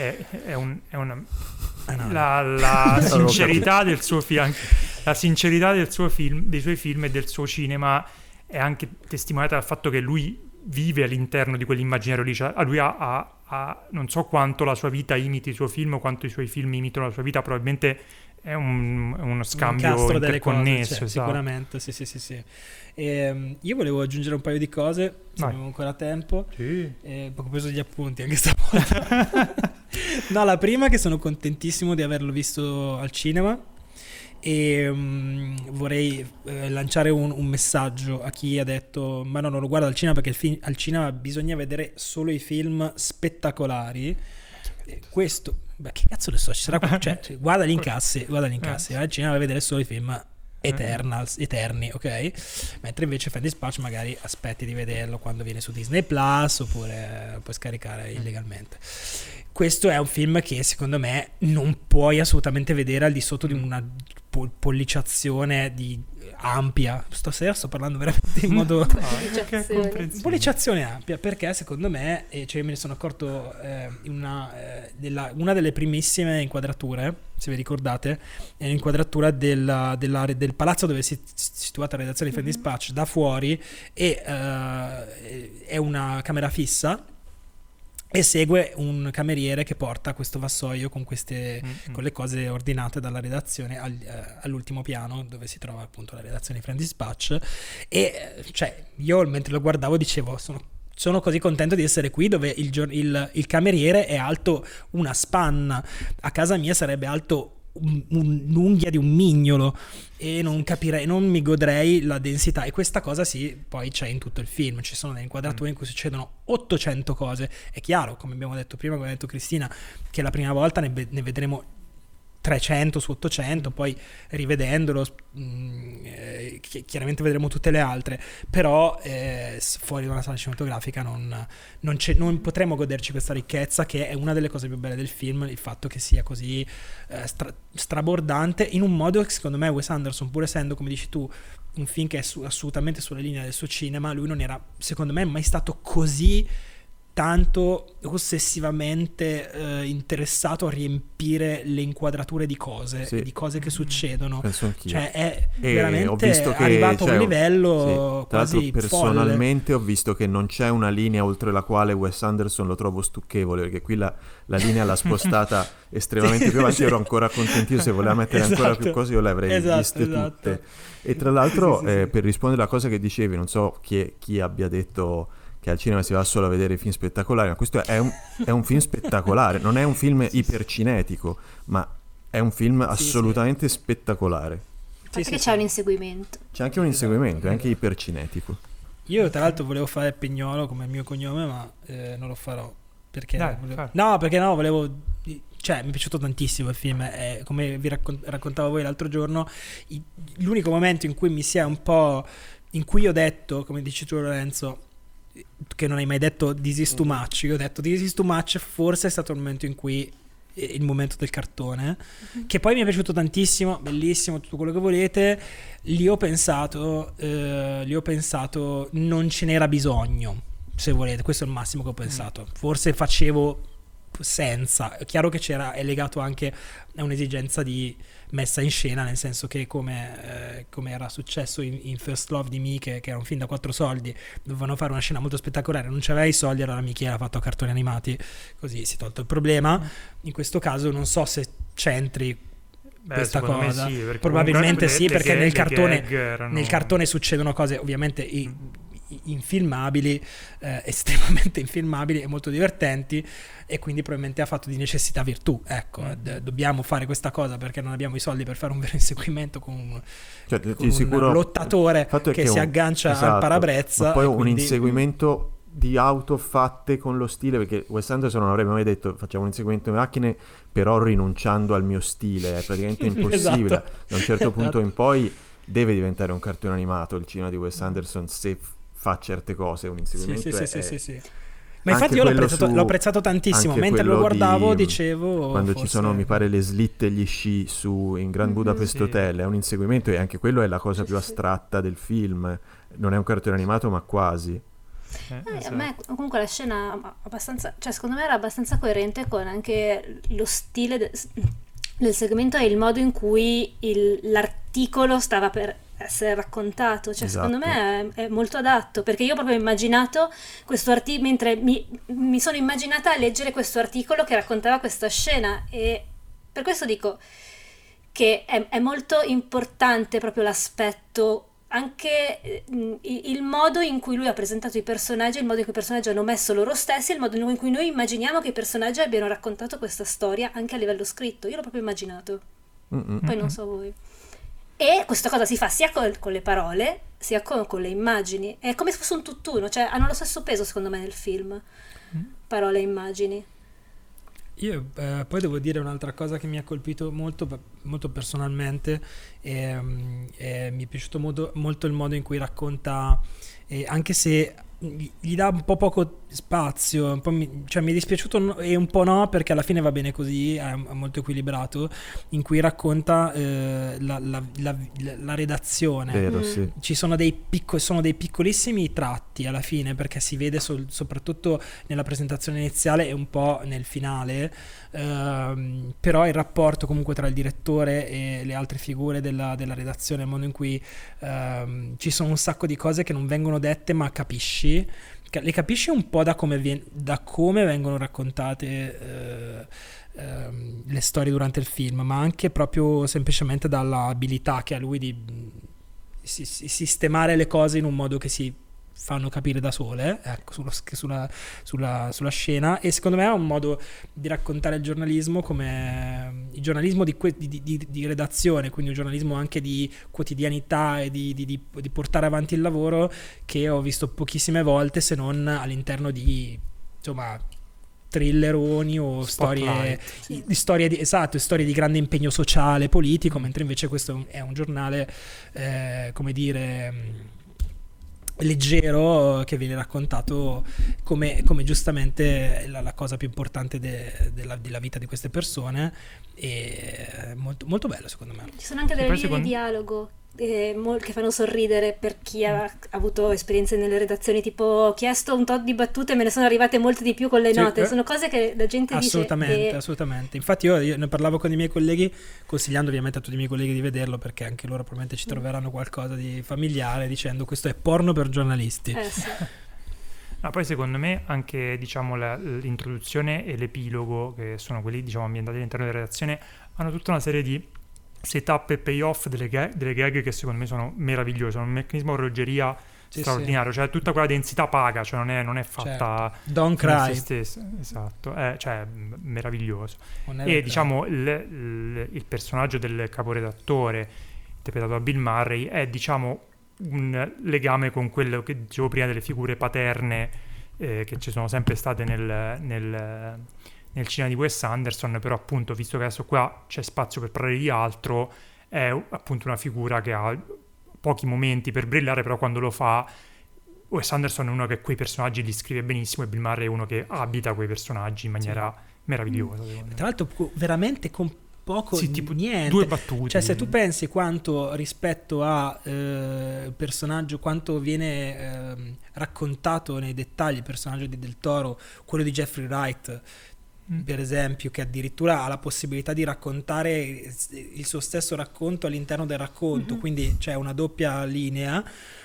la sincerità del suo film, la sincerità del suo film, dei suoi film e del suo cinema è anche testimoniata dal fatto che lui vive all'interno di quell'immaginario lì. Cioè, lui ha non so quanto la sua vita imiti i suoi film o quanto i suoi film imitano la sua vita, probabilmente è uno scambio interconnesso, cose, sicuramente, sì. Io volevo aggiungere un paio di cose, se abbiamo ancora tempo. Sì. Ho preso gli appunti anche stavolta. No, la prima, che sono contentissimo di averlo visto al cinema, e vorrei lanciare un messaggio a chi ha detto ma no, non lo guardo al cinema perché al cinema bisogna vedere solo i film spettacolari. Questo, beh, che cazzo ne so, ci sarà, cioè, guarda gli incassi, al cinema vai a vedere solo i film eterni, ok? Mentre invece Fan Dispatch magari aspetti di vederlo quando viene su Disney Plus, oppure puoi scaricare illegalmente. Questo è un film che secondo me non puoi assolutamente vedere al di sotto di una polliciazione ampia. Stasera sto parlando veramente in modo polliciazione ampia, perché secondo me, cioè me ne sono accorto una delle primissime inquadrature, se vi ricordate, è l'inquadratura del palazzo dove si è situata la redazione di Fan Dispatch da fuori, e è una camera fissa e segue un cameriere che porta questo vassoio con le cose ordinate dalla redazione all'ultimo piano, dove si trova appunto la redazione di Fan Dispatch. E cioè io mentre lo guardavo dicevo sono così contento di essere qui, dove il cameriere è alto una spanna. A casa mia sarebbe alto un'unghia di un mignolo, e non capirei, non mi godrei la densità. E questa cosa poi c'è in tutto il film, ci sono delle inquadrature in cui succedono 800 cose. È chiaro, come abbiamo detto prima, come ha detto Cristina, che la prima volta ne vedremo 300 su 800, poi rivedendolo chiaramente vedremo tutte le altre, però fuori da una sala cinematografica non potremo goderci questa ricchezza, che è una delle cose più belle del film, il fatto che sia così strabordante, in un modo che secondo me Wes Anderson, pur essendo, come dici tu, un film che è assolutamente sulla linea del suo cinema, lui non era, secondo me, mai stato così tanto ossessivamente interessato a riempire le inquadrature di cose, di cose che succedono. Penso anch'io. Cioè è veramente arrivato a un livello quasi personalmente folle. Ho visto che non c'è una linea oltre la quale Wes Anderson lo trovo stucchevole, perché qui la linea l'ha spostata estremamente più avanti. Ero ancora contentissimo, se voleva mettere ancora più cose io le avrei viste tutte. E tra l'altro per rispondere alla cosa che dicevi, non so chi abbia detto che al cinema si va solo a vedere film spettacolari, ma questo è un film spettacolare, non è un film ipercinetico, ma è un film assolutamente spettacolare. Perché c'è un inseguimento. C'è anche un inseguimento, è anche ipercinetico. Io tra l'altro volevo fare Pignolo come il mio cognome, ma non lo farò. Perché volevo cioè mi è piaciuto tantissimo il film, come vi raccontavo voi l'altro giorno, l'unico momento in cui mi si è un po', in cui ho detto, come dici tu Lorenzo, che non hai mai detto this is too much, io ho detto this is too much, forse è stato il momento in cui, il momento del cartone, che poi mi è piaciuto tantissimo, bellissimo, tutto quello che volete. Lì ho pensato non ce n'era bisogno, se volete, questo è il massimo che ho pensato, forse facevo senza. È chiaro che è legato anche a un'esigenza di messa in scena, nel senso che come era successo in First Love di Miche, che era un film da 4 soldi, dovevano fare una scena molto spettacolare, non c'aveva i soldi, allora Miche era fatto a cartoni animati, così si è tolto il problema. In questo caso non so se c'entri questa cosa, sì, probabilmente sì, perché nel cartone succedono cose ovviamente infilmabili, estremamente infilmabili e molto divertenti, e quindi probabilmente ha fatto di necessità virtù, ecco. Dobbiamo fare questa cosa perché non abbiamo i soldi per fare un vero inseguimento con un lottatore che si aggancia al parabrezza, ma poi quindi un inseguimento di auto fatte con lo stile, perché Wes Anderson non avrebbe mai detto facciamo un inseguimento di macchine però rinunciando al mio stile, è praticamente impossibile. Esatto. Da un certo punto in poi deve diventare un cartone animato il cinema di Wes Anderson, se fa certe cose. Un inseguimento sì. Ma infatti io l'ho apprezzato tantissimo, mentre lo guardavo dicevo quando forse... ci sono, mi pare, le slitte e gli sci in Grand Budapest Hotel, è un inseguimento, e anche quello è la cosa più astratta del film, non è un cartone animato ma quasi. A me comunque la scena abbastanza, cioè secondo me era abbastanza coerente con anche lo stile del segmento e il modo in cui l'articolo stava per essere raccontato, cioè esatto. Secondo me è molto adatto, perché io ho proprio immaginato questo articolo, mentre mi sono immaginata a leggere questo articolo che raccontava questa scena, e per questo dico che è molto importante proprio l'aspetto, anche il modo in cui lui ha presentato i personaggi, il modo in cui i personaggi hanno messo loro stessi, il modo in cui noi immaginiamo che i personaggi abbiano raccontato questa storia anche a livello scritto. Io l'ho proprio immaginato. Poi non so voi. E questa cosa si fa sia con le parole sia con le immagini. È come se fosse un tutt'uno, cioè hanno lo stesso peso secondo me nel film, parole e immagini. Io poi devo dire un'altra cosa che mi ha colpito molto, molto personalmente, mi è piaciuto molto il modo in cui racconta, anche se gli dà un po' poco spazio, un po' mi è dispiaciuto e un po' no, perché alla fine va bene così, è molto equilibrato, in cui racconta la redazione. Vero, sì. Ci sono dei piccolissimi tratti alla fine, perché si vede soprattutto nella presentazione iniziale e un po' nel finale, però il rapporto comunque tra il direttore e le altre figure della redazione, il modo in cui ci sono un sacco di cose che non vengono dette ma le capisci un po' da come vengono raccontate le storie durante il film, ma anche proprio semplicemente dall'abilità che ha lui di sistemare le cose in un modo che si fanno capire da sole, ecco, sulla scena. E secondo me è un modo di raccontare il giornalismo come il giornalismo di redazione, quindi un giornalismo anche di quotidianità e di portare avanti il lavoro, che ho visto pochissime volte, se non all'interno di, insomma, thrilleroni o storie di grande impegno sociale, politico, mentre invece questo è un giornale come dire leggero, che viene raccontato come giustamente la cosa più importante della vita di queste persone, e molto, molto bello secondo me. Ci sono anche delle linee di dialogo che fanno sorridere per chi ha avuto esperienze nelle redazioni, tipo ho chiesto un tot di battute e me ne sono arrivate molte di più con le note. Sono cose che la gente assolutamente. Infatti io ne parlavo con i miei colleghi, consigliando ovviamente a tutti i miei colleghi di vederlo, perché anche loro probabilmente ci troveranno qualcosa di familiare, dicendo questo è porno per giornalisti. Sì. Ma poi secondo me anche, diciamo, l'introduzione e l'epilogo, che sono quelli, diciamo, ambientati all'interno della redazione, hanno tutta una serie di setup e payoff delle gag che secondo me sono meravigliose, sono un meccanismo di orologeria straordinario, cioè tutta quella densità paga, cioè non è fatta don't cry, se stessa, esatto, cioè meraviglioso. E diciamo il personaggio del caporedattore interpretato da Bill Murray è, diciamo, un legame con quello che dicevo prima delle figure paterne che ci sono sempre state nel nel cinema di Wes Anderson, però appunto, visto che adesso qua c'è spazio per parlare di altro, è appunto una figura che ha pochi momenti per brillare, però quando lo fa Wes Anderson è uno che quei personaggi li scrive benissimo e Bill Murray è uno che abita quei personaggi in maniera meravigliosa. Tra l'altro veramente con poco, tipo niente, 2 battute. Cioè, se tu pensi quanto rispetto a personaggio, quanto viene raccontato nei dettagli il personaggio di Del Toro, quello di Jeffrey Wright per esempio, che addirittura ha la possibilità di raccontare il suo stesso racconto all'interno del racconto, quindi c'è una doppia linea,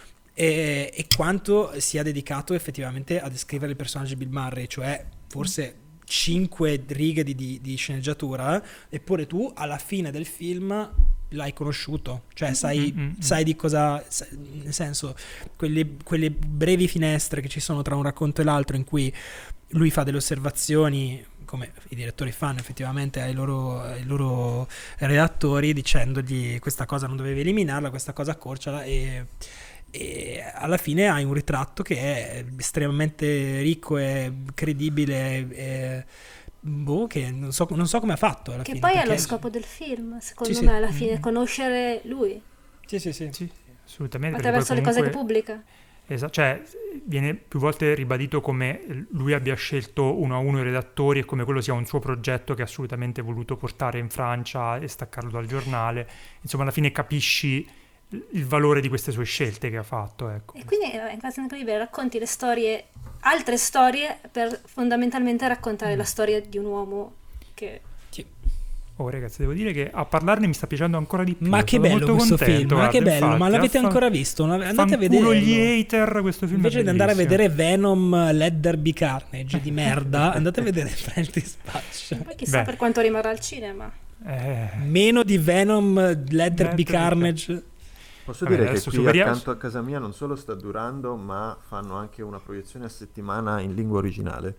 e quanto sia dedicato effettivamente a descrivere il personaggio di Bill Murray, cioè forse 5 righe di sceneggiatura, eppure tu alla fine del film l'hai conosciuto, cioè sai di cosa, nel senso, quelle brevi finestre che ci sono tra un racconto e l'altro in cui lui fa delle osservazioni, come i direttori fanno effettivamente ai loro redattori, dicendogli questa cosa non dovevi eliminarla, questa cosa accorciala, e alla fine hai un ritratto che è estremamente ricco e credibile, che non so come ha fatto alla che fine, poi è perché lo scopo del film, secondo Sì, me, sì. alla fine, conoscere lui Sì, assolutamente. attraverso le cose che pubblica. Esatto, cioè viene più volte ribadito come lui abbia scelto uno a uno i redattori e come quello sia un suo progetto che ha assolutamente voluto portare in Francia e staccarlo dal giornale. Insomma, alla fine capisci il valore di queste sue scelte che ha fatto, ecco. E quindi in Casa Incredibile racconti le storie, altre storie, per fondamentalmente raccontare la storia di un uomo che... Oh ragazzi, devo dire che a parlarne mi sta piacendo ancora di più. Ma che bello molto questo contento, film, guarda, ma che bello, infatti, ma l'avete ancora visto? Andate a vederlo. gli hater, questo film Invece è di andare a bellissimo. vedere Venom Leatherby Carnage di merda, andate a vedere French Dispatch. Poi chissà per quanto rimarrà al cinema. Meno di Venom Leatherby Carnage. Posso Vabbè, dire che adesso qui superiamo- accanto a casa mia non solo sta durando, ma fanno anche una proiezione a settimana in lingua originale.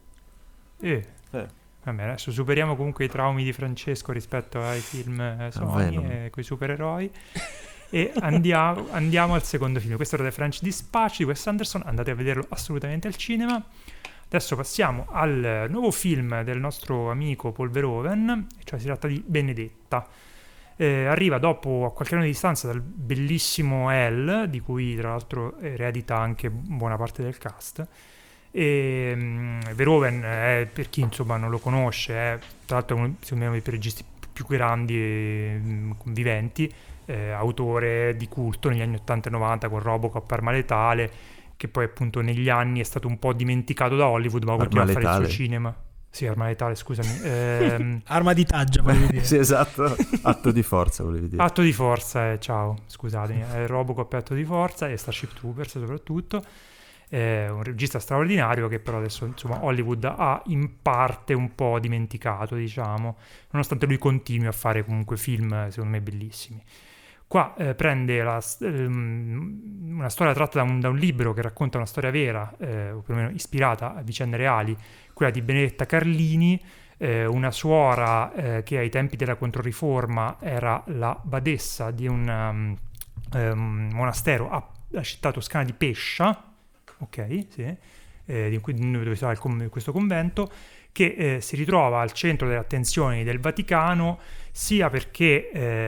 Vabbè, adesso superiamo comunque i traumi di Francesco rispetto ai film Sony e coi supereroi e andiamo al secondo film. Questo era The French Dispatch di Wes Anderson, andate a vederlo assolutamente al cinema. Adesso passiamo al nuovo film del nostro amico Paul Verhoeven, cioè si tratta di Benedetta. Arriva dopo a qualche anno di distanza dal bellissimo Elle, di cui tra l'altro eredita anche buona parte del cast. E Verhoeven è, per chi insomma non lo conosce, è tra l'altro uno secondo me dei registi più grandi viventi, autore di culto negli anni 80 e 90 con Robocop, Arma Letale, che poi appunto negli anni è stato un po' dimenticato da Hollywood, ma continua a fare il suo cinema. Sì, Arma Letale, scusami. Arma di taglia, volevi dire. Sì, esatto. Atto di forza, volevi dire. Atto di forza, ciao, scusatemi. Robocop è Atto di forza e Starship Troopers soprattutto. Un regista straordinario che però adesso insomma Hollywood ha in parte un po' dimenticato, diciamo, nonostante lui continui a fare comunque film secondo me bellissimi. Qua prende una storia tratta da un libro che racconta una storia vera, o perlomeno ispirata a vicende reali, quella di Benedetta Carlini, una suora che ai tempi della Controriforma era la badessa di un monastero alla città toscana di Pescia, ok, sì, dove sta questo convento, che si ritrova al centro delle attenzioni del Vaticano, sia perché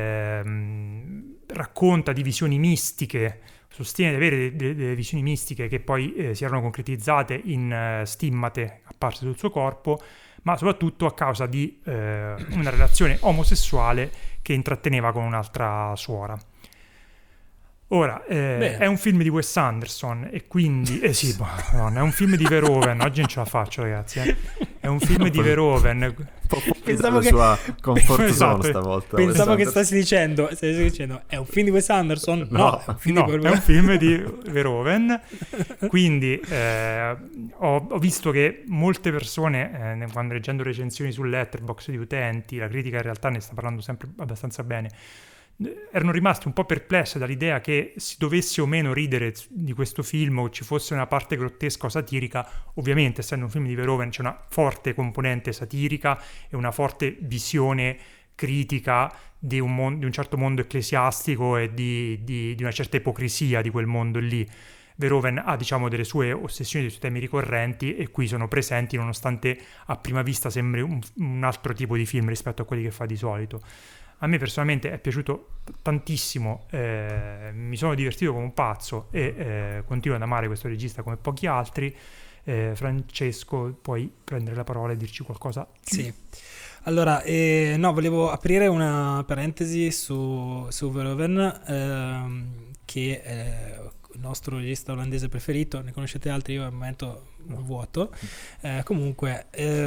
racconta di visioni mistiche, sostiene di avere delle visioni mistiche che poi si erano concretizzate in stimmate apparse sul suo corpo, ma soprattutto a causa di una relazione omosessuale che intratteneva con un'altra suora. Ora, è un film di Wes Anderson e quindi... sì, è un film di Verhoeven, oggi non ce la faccio ragazzi, È un film di Verhoeven. Pensavo che... sua comfort zone stavolta. Pensavo che stessi dicendo, è un film di Wes Anderson? No, è un film di Verhoeven. È un film di Verhoeven. Quindi ho visto che molte persone, quando leggendo recensioni su Letterboxd di utenti, la critica in realtà ne sta parlando sempre abbastanza bene, erano rimasti un po' perplessi dall'idea che si dovesse o meno ridere di questo film o ci fosse una parte grottesca o satirica. Ovviamente, essendo un film di Verhoeven, c'è una forte componente satirica e una forte visione critica di un certo mondo ecclesiastico e di una certa ipocrisia di quel mondo lì. Verhoeven ha, diciamo, delle sue ossessioni, dei suoi temi ricorrenti, e qui sono presenti nonostante a prima vista sembri un altro tipo di film rispetto a quelli che fa di solito. A me personalmente è piaciuto tantissimo, mi sono divertito come un pazzo e continuo ad amare questo regista come pochi altri. Francesco, puoi prendere la parola e dirci qualcosa? Sì. Allora, no, volevo aprire una parentesi su Verhoeven, che è il nostro regista olandese preferito. Ne conoscete altri? Io al momento vuoto. Comunque,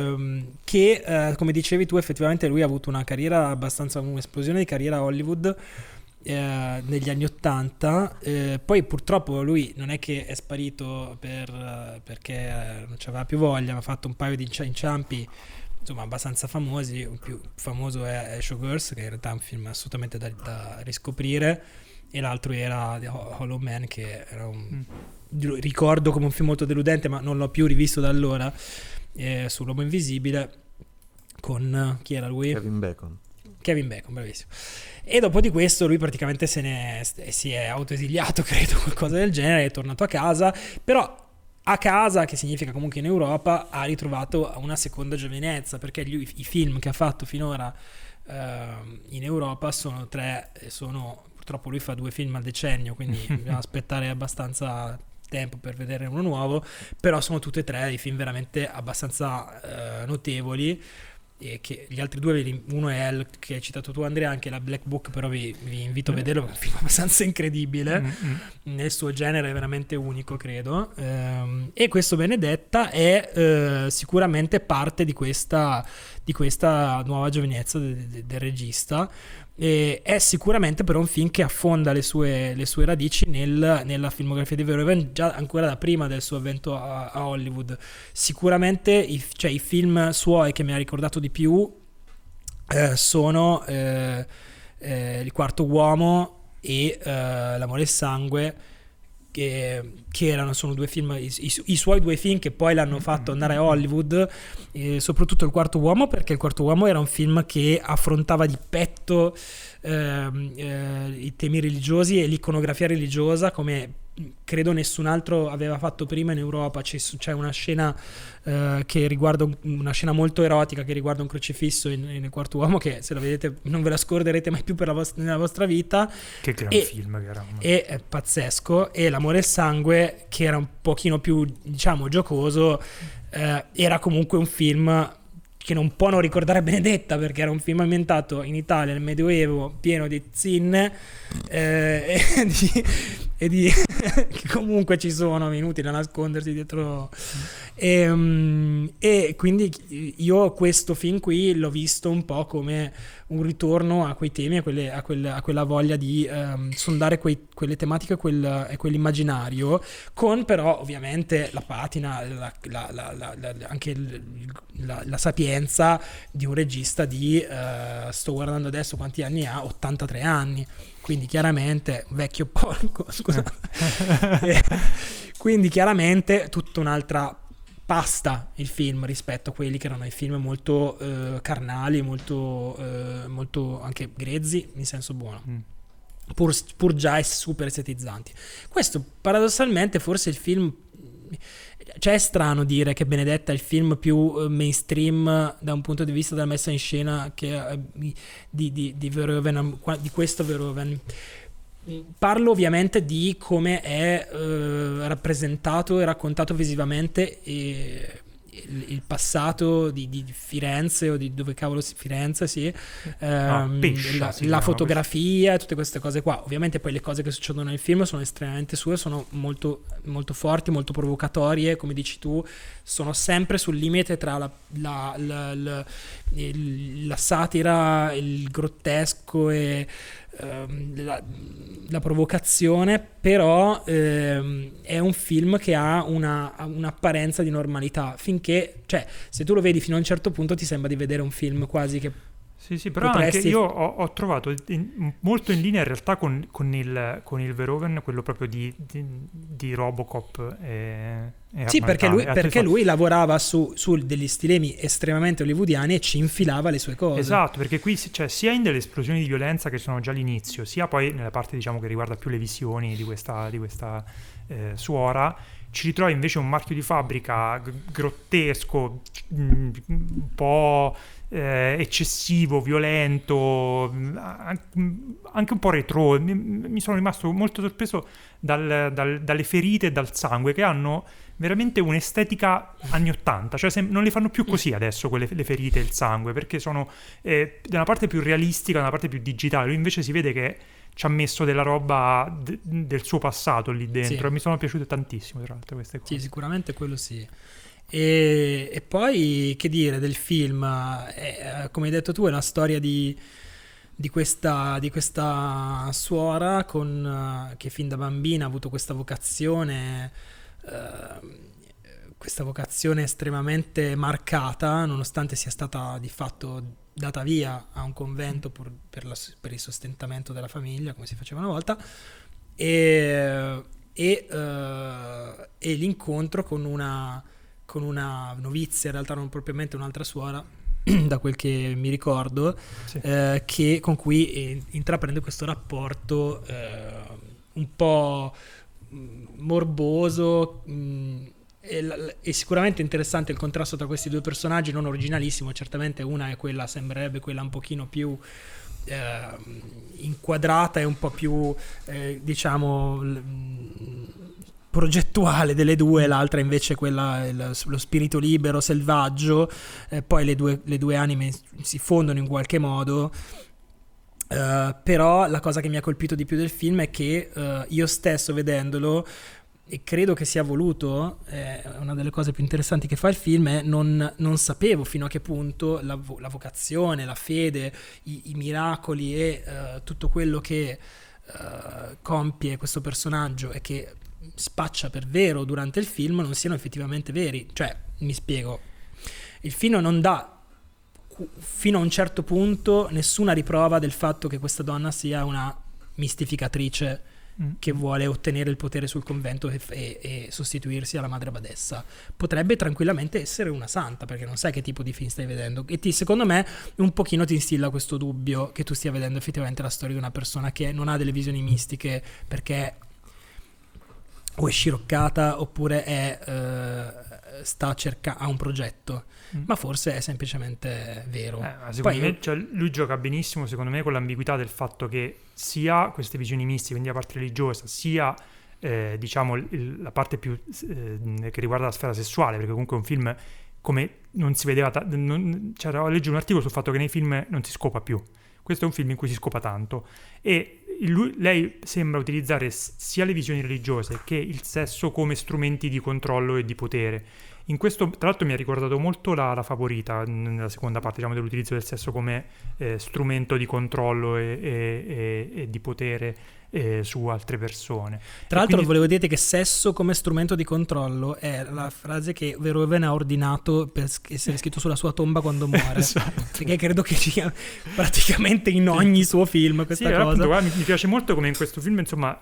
che come dicevi tu, effettivamente lui ha avuto una carriera abbastanza, un'esplosione di carriera a Hollywood negli anni '80, poi purtroppo lui non è che è sparito perché non c'aveva più voglia, ma ha fatto un paio di inciampi insomma abbastanza famosi. Il più famoso è Showgirls, che in realtà è un film assolutamente da riscoprire, e l'altro era The Hollow Man, che era ricordo come un film molto deludente, ma non l'ho più rivisto da allora, sull'Uomo Invisibile, con chi era lui? Kevin Bacon, bravissimo. E dopo di questo lui praticamente si è autoesiliato, credo, qualcosa del genere, è tornato a casa, però a casa, che significa comunque in Europa, ha ritrovato una seconda giovinezza, perché i film che ha fatto finora in Europa sono 3, purtroppo lui fa 2 film al decennio, quindi bisogna aspettare abbastanza tempo per vedere uno nuovo, però sono tutti e 3 dei film veramente abbastanza notevoli, e che gli altri 2, uno è che hai citato tu, Andrea, anche la Black Book, però vi invito a vederlo, è un film abbastanza incredibile, nel suo genere è veramente unico, credo, e questo Benedetta è sicuramente parte di questa nuova giovinezza del regista. È sicuramente però un film che affonda le sue radici nella filmografia di Verhoeven già ancora da prima del suo avvento a Hollywood. Sicuramente i film suoi che mi ha ricordato di più sono Il Quarto Uomo e L'Amore e Sangue, che sono 2 film, i suoi 2 film che poi l'hanno fatto andare a Hollywood, soprattutto Il Quarto Uomo, perché Il Quarto Uomo era un film che affrontava di petto i temi religiosi e l'iconografia religiosa come credo nessun altro aveva fatto prima in Europa. C'è una scena che riguarda una scena molto erotica che riguarda un crocifisso nel Quarto Uomo, che se la vedete non ve la scorderete mai più nella vostra vita. Che gran film che era. È pazzesco. E L'Amore e il Sangue, che era un pochino più, diciamo, giocoso, era comunque un film che non può non ricordare Benedetta, perché era un film ambientato in Italia nel Medioevo, pieno di zinne che comunque ci sono, inutile nascondersi dietro, e quindi io questo film qui l'ho visto un po' come un ritorno a quei temi, a quella voglia di sondare quelle tematiche e quell'immaginario, con però ovviamente la patina, anche la sapienza di un regista di sto guardando adesso quanti anni ha, 83 anni, quindi chiaramente vecchio porco, scusa. Quindi chiaramente tutta un'altra pasta il film rispetto a quelli che erano i film molto carnali, molto anche grezzi in senso buono, pur già super estetizzanti. Questo paradossalmente forse il film, cioè è strano dire che Benedetta è il film più mainstream da un punto di vista della messa in scena che di Verhoeven, di questo Verhoeven. Parlo ovviamente di come è rappresentato e raccontato visivamente il passato di Firenze, o di dove cavolo Firenze, sì, la fotografia, tutte queste cose qua. Ovviamente poi le cose che succedono nel film sono estremamente sue, sono molto, molto forti, molto provocatorie, come dici tu, sono sempre sul limite tra la satira, il grottesco e la provocazione, però è un film che ha un'apparenza di normalità, finché, cioè, se tu lo vedi fino a un certo punto ti sembra di vedere un film quasi che sì, però anche io ho trovato molto in linea in realtà con il Verhoeven, quello proprio di Robocop, Sì, perché lui lavorava su degli stilemi estremamente hollywoodiani e ci infilava le sue cose. Esatto, perché qui sia in delle esplosioni di violenza che sono già all'inizio, sia poi nella parte diciamo che riguarda più le visioni di questa suora, ci ritrovi invece un marchio di fabbrica grottesco, un po' eccessivo, violento, anche un po' retro. Mi sono rimasto molto sorpreso dalle ferite e dal sangue, che hanno veramente un'estetica anni 80, cioè non le fanno più così adesso le ferite e il sangue, perché sono da una parte più realistica, da una parte più digitale. Lui invece si vede che ci ha messo della roba del suo passato lì dentro, sì. E mi sono piaciute tantissimo tra l'altro queste cose. Sì, sicuramente quello sì. E poi che dire del film, come hai detto tu, è la storia di questa suora che fin da bambina ha avuto questa vocazione estremamente marcata, nonostante sia stata di fatto data via a un convento per il sostentamento della famiglia, come si faceva una volta, e l'incontro con una novizia, in realtà non propriamente un'altra suora, da quel che mi ricordo, sì. Con cui intraprende questo rapporto un po' morboso, è sicuramente interessante il contrasto tra questi due personaggi, non originalissimo, certamente. Una è quella, sembrerebbe quella un pochino più inquadrata e un po' più diciamo progettuale delle due, l'altra invece quella lo spirito libero, selvaggio. Poi le due anime si fondono in qualche modo. Però la cosa che mi ha colpito di più del film è che io stesso vedendolo, e credo che sia voluto, una delle cose più interessanti che fa il film è non sapevo fino a che punto la vocazione, la fede, i miracoli e tutto quello che compie questo personaggio e che spaccia per vero durante il film non siano effettivamente veri. Cioè, mi spiego, il film non dà fino a un certo punto nessuna riprova del fatto che questa donna sia una mistificatrice che vuole ottenere il potere sul convento e sostituirsi alla madre badessa. Potrebbe tranquillamente essere una santa, perché non sai che tipo di film stai vedendo, e secondo me un pochino ti instilla questo dubbio che tu stia vedendo effettivamente la storia di una persona che non ha delle visioni mistiche perché o è sciroccata oppure ha un progetto, ma forse è semplicemente vero. Secondo me, lui gioca benissimo, secondo me, con l'ambiguità del fatto che sia queste visioni mistiche, quindi la parte religiosa, sia diciamo la parte più che riguarda la sfera sessuale, perché comunque è un film come non si vedeva c'era, leggo un articolo sul fatto che nei film non si scopa più. Questo è un film in cui si scopa tanto, e lei sembra utilizzare sia le visioni religiose che il sesso come strumenti di controllo e di potere. In questo, tra l'altro, mi ha ricordato molto la Favorita nella seconda parte, diciamo, dell'utilizzo del sesso come strumento di controllo e di potere su altre persone. Tra l'altro, volevo dire che sesso come strumento di controllo è la frase che Verhoeven ha ordinato per essere scritto sulla sua tomba quando muore. Esatto. Perché credo che sia praticamente in ogni suo film questa cosa. Appunto, guarda, mi piace molto come in questo film, insomma,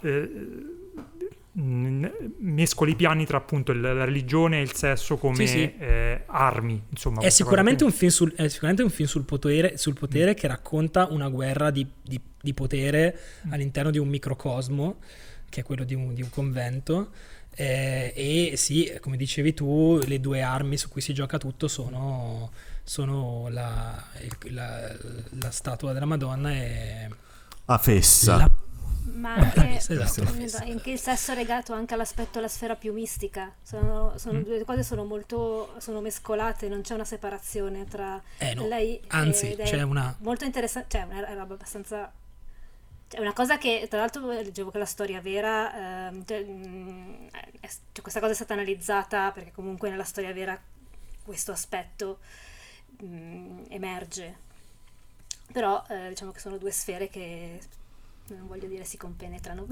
mescoli i piani tra appunto la religione e il sesso come armi, insomma. È sicuramente un film sul potere che racconta una guerra di potere all'interno di un microcosmo che è quello di un convento, e sì, come dicevi tu, le due armi su cui si gioca tutto sono la statua della Madonna e Afessa. Ma anche, esatto. Anche il sesso è legato anche all'aspetto della sfera più mistica. Sono due cose sono mescolate, non c'è una separazione tra lei, anzi c'è una molto interessante, cioè è una roba abbastanza, cioè una cosa che tra l'altro leggevo che la storia vera, cioè questa cosa è stata analizzata perché comunque nella storia vera questo aspetto emerge, però diciamo che sono due sfere che non voglio dire si compenetrano.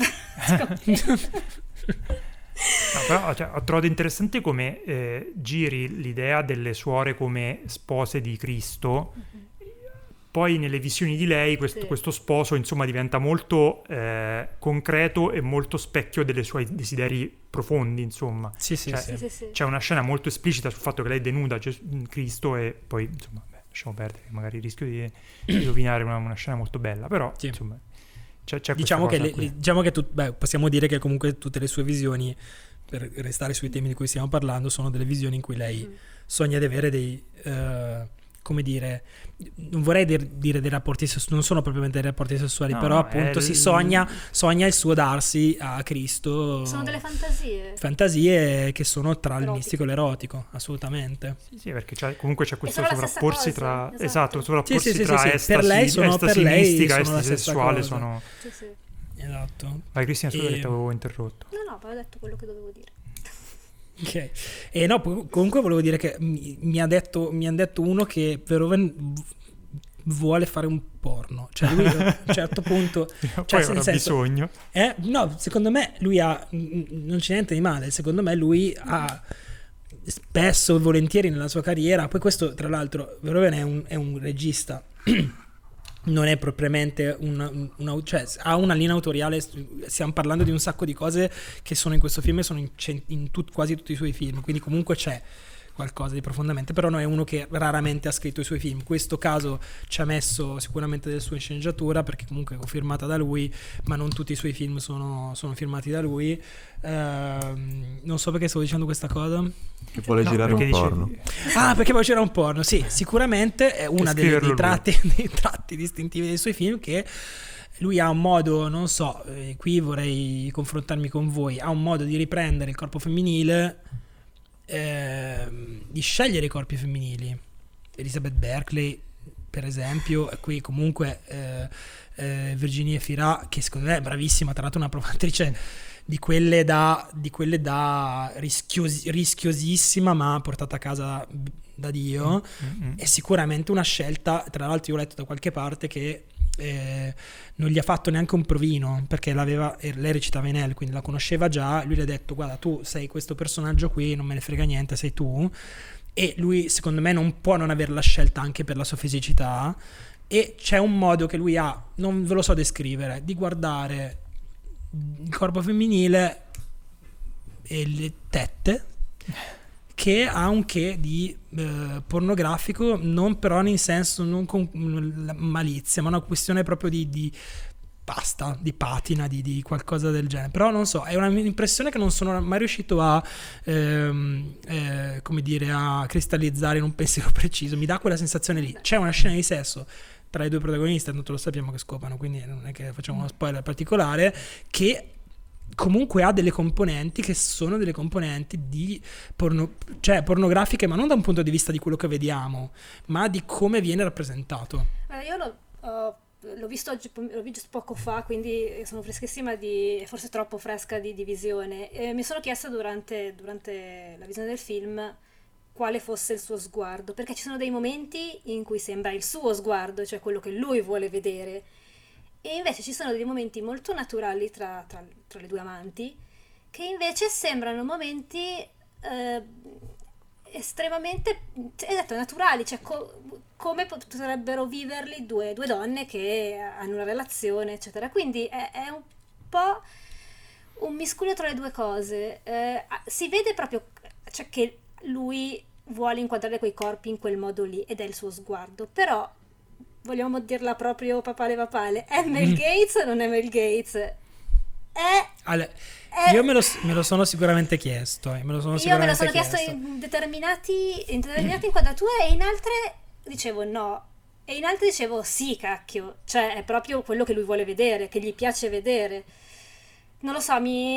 Però ho trovato interessante come giri l'idea delle suore come spose di Cristo poi nelle visioni di lei questo sposo insomma diventa molto concreto e molto specchio dei suoi desideri profondi, insomma. Sì. C'è una scena molto esplicita sul fatto che lei denuda Cristo e poi insomma lasciamo perdere, magari rischio di rovinare una scena molto bella, però insomma c'è diciamo questa che, cosa diciamo che possiamo dire che comunque tutte le sue visioni, per restare sui temi di cui stiamo parlando, sono delle visioni in cui lei sogna di avere dei come dire, non vorrei dire dei rapporti non sono propriamente dei rapporti sessuali, però appunto si sogna il suo darsi a Cristo. Sono delle fantasie che sono tra il mistico e l'erotico, assolutamente. sì, perché comunque c'è questo sovrapporsi tra sovrapporsi tra estasi, per lei sono mistica, sono estasi sessuale, sono esatto. Vai Cristian, scusa che ti avevo interrotto. No, poi ho detto quello che dovevo dire. Ok. E no, comunque volevo dire che mi ha detto uno che Verhoeven vuole fare un porno, cioè lui a un certo punto poi avrà bisogno. No, secondo me lui non c'è niente di male, secondo me lui ha spesso e volentieri nella sua carriera, poi questo tra l'altro Verhoeven è un regista non è propriamente cioè ha una linea autoriale, stiamo parlando di un sacco di cose che sono in questo film e sono in quasi tutti i suoi film, quindi comunque c'è qualcosa di profondamente, però non è uno che raramente ha scritto i suoi film. In questo caso ci ha messo sicuramente del suo in sceneggiatura, perché comunque è firmata da lui, ma non tutti i suoi film sono firmati da lui. Non so perché stavo dicendo questa cosa. Che vuole girare un porno. Perché vuole girare un porno, sì, sicuramente è una dei tratti distintivi dei suoi film, che lui ha un modo, non so, qui vorrei confrontarmi con voi, ha un modo di riprendere il corpo femminile, di scegliere i corpi femminili. Elizabeth Berkley per esempio, e qui comunque Virginie Fira, che secondo me è bravissima, tra l'altro una provatrice di quelle da rischiosissima, ma portata a casa da Dio. È sicuramente una scelta. Tra l'altro io ho letto da qualche parte che non gli ha fatto neanche un provino, perché lei recitava in Elle, quindi la conosceva già. Lui le ha detto: guarda, tu sei questo personaggio qui, non me ne frega niente, sei tu. E lui secondo me non può non averla scelta anche per la sua fisicità. E c'è un modo che lui ha, non ve lo so descrivere, di guardare il corpo femminile e le tette, che ha un che di pornografico, non però in senso, non con malizia, ma una questione proprio di pasta, di patina, di qualcosa del genere. Però non so, è un'impressione che non sono mai riuscito a come dire, a cristallizzare in un pensiero preciso. Mi dà quella sensazione lì. C'è una scena di sesso tra i due protagonisti, tanto lo sappiamo che scopano, quindi non è che facciamo uno spoiler particolare, che comunque ha delle componenti che sono delle componenti di cioè pornografiche, ma non da un punto di vista di quello che vediamo, ma di come viene rappresentato. Io l'ho visto oggi, l'ho visto poco fa, quindi sono freschissima, forse troppo fresca di visione. Mi sono chiesta durante la visione del film quale fosse il suo sguardo, perché ci sono dei momenti in cui sembra il suo sguardo, cioè quello che lui vuole vedere, e invece ci sono dei momenti molto naturali tra le due amanti, che invece sembrano momenti estremamente naturali, cioè come potrebbero viverli due donne che hanno una relazione, eccetera. Quindi è un po' un miscuglio tra le due cose. Si vede proprio, cioè, che lui vuole inquadrare quei corpi in quel modo lì, ed è il suo sguardo. Però vogliamo dirla proprio papale, è Mel Gates o non è Mel Gates? Io me lo sono sicuramente chiesto. Io me lo sono chiesto in determinate inquadrature, e in altre dicevo no, e in altre dicevo sì, cacchio, cioè è proprio quello che lui vuole vedere, che gli piace vedere. Non lo so,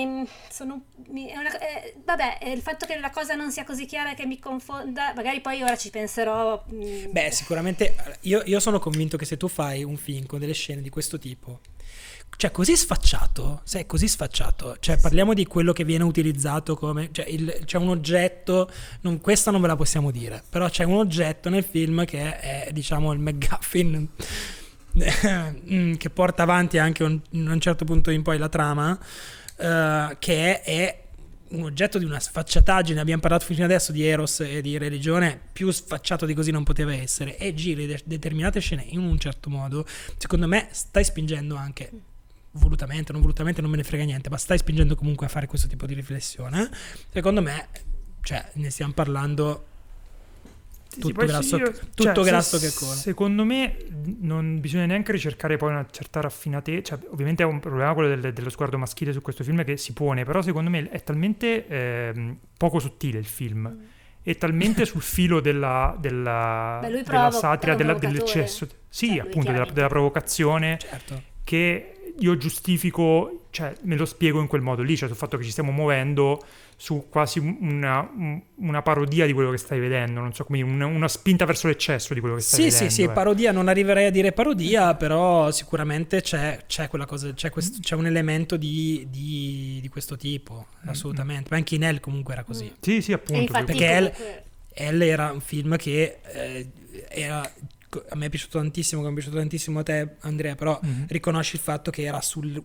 vabbè, il fatto che la cosa non sia così chiara, che mi confonda, magari poi ora ci penserò. Beh, sicuramente io sono convinto che se tu fai un film con delle scene di questo tipo, cioè così sfacciato, cioè parliamo di quello che viene utilizzato come, cioè c'è un oggetto, questa non ve la possiamo dire, però c'è un oggetto nel film che è, diciamo, il MacGuffin che porta avanti anche a un certo punto in poi la trama, che è un oggetto di una sfacciataggine. Abbiamo parlato fino adesso di Eros e di religione, più sfacciato di così non poteva essere, e giri determinate scene in un certo modo. Secondo me stai spingendo anche, volutamente, non volutamente, non me ne frega niente, ma stai spingendo comunque a fare questo tipo di riflessione. Secondo me, cioè, ne stiamo parlando tutto grasso, grasso che corre. Secondo me non bisogna neanche ricercare poi una certa raffinatezza, cioè, ovviamente è un problema quello dello sguardo maschile su questo film che si pone, però secondo me è talmente poco sottile il film, è talmente sul filo della satira, dell'eccesso, sì, appunto della provocazione, certo, che io giustifico, cioè me lo spiego in quel modo lì, cioè sul fatto che ci stiamo muovendo su quasi una parodia di quello che stai vedendo, non so come dire, una spinta verso l'eccesso di quello che stai vedendo. Sì, parodia, non arriverei a dire parodia, però sicuramente c'è quella cosa, c'è un elemento di questo tipo, assolutamente. Ma anche in Elle comunque era così. Sì, appunto. Perché Elle era un film che era, a me è piaciuto tantissimo, come è piaciuto tantissimo a te, Andrea, però riconosci il fatto che era sul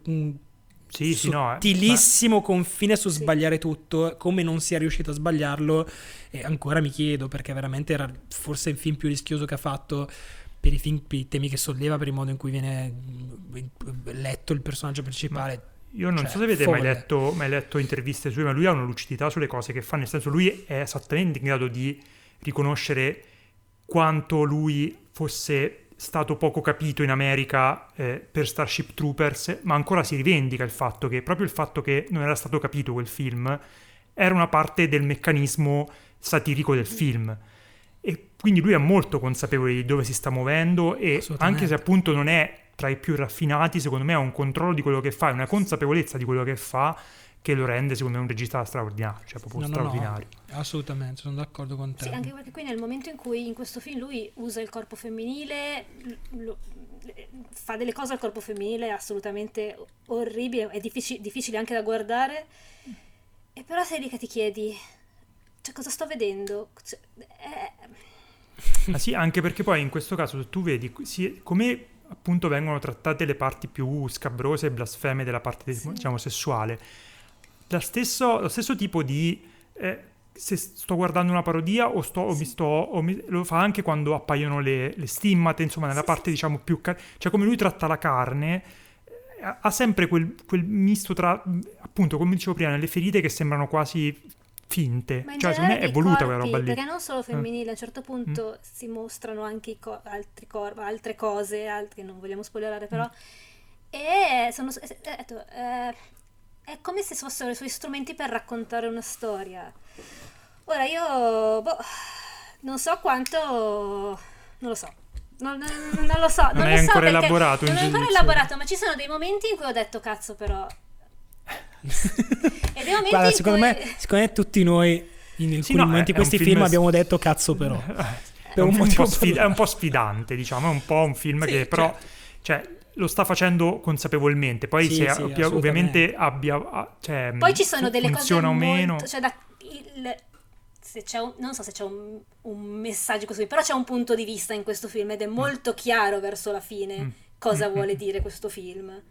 sottilissimo confine su sbagliare tutto, come non sia riuscito a sbagliarlo, e ancora mi chiedo, perché veramente era forse il film più rischioso che ha fatto per i temi che solleva, per il modo in cui viene letto il personaggio principale. Io non so se avete mai letto interviste sue, ma lui ha una lucidità sulle cose che fa, nel senso lui è esattamente in grado di riconoscere quanto lui fosse stato poco capito in America per Starship Troopers, ma ancora si rivendica il fatto che non era stato capito quel film era una parte del meccanismo satirico del film, e quindi lui è molto consapevole di dove si sta muovendo, e anche se appunto non è tra i più raffinati, secondo me ha un controllo di quello che fa, una consapevolezza di quello che fa, che lo rende secondo me un regista straordinario, cioè proprio straordinario. No, assolutamente, sono d'accordo con te. Sì, anche perché qui nel momento in cui in questo film lui usa il corpo femminile, fa delle cose al corpo femminile assolutamente orribili, è difficile anche da guardare, e però sei lì che ti chiedi, cioè, cosa sto vedendo? Sì, anche perché poi in questo caso tu vedi come appunto vengono trattate le parti più scabrose e blasfeme della parte diciamo sessuale. Lo stesso tipo di se sto guardando una parodia lo fa anche quando appaiono le stimmate, insomma, nella parte diciamo più cioè come lui tratta la carne, ha sempre quel misto tra, appunto, come dicevo prima, nelle ferite che sembrano quasi finte, cioè secondo me è voluta quella roba lì, perché non solo femminile, a un certo punto si mostrano anche altre cose che non vogliamo spoilerare, però e è come se fossero i suoi strumenti per raccontare una storia. Ora io non so quanto, non lo so. Non lo so. Non è ancora elaborato. Non è ancora elaborato, ma ci sono dei momenti in cui ho detto cazzo, però. E dei momenti guarda, secondo me tutti noi in alcuni momenti questi film abbiamo detto cazzo, però. È un po' sfidante, diciamo, è un po' un film che però cioè lo sta facendo consapevolmente, poi ovviamente cioè, poi ci sono delle cose o meno, cioè se c'è non so se c'è un messaggio così, però c'è un punto di vista in questo film ed è molto chiaro verso la fine cosa vuole dire questo film.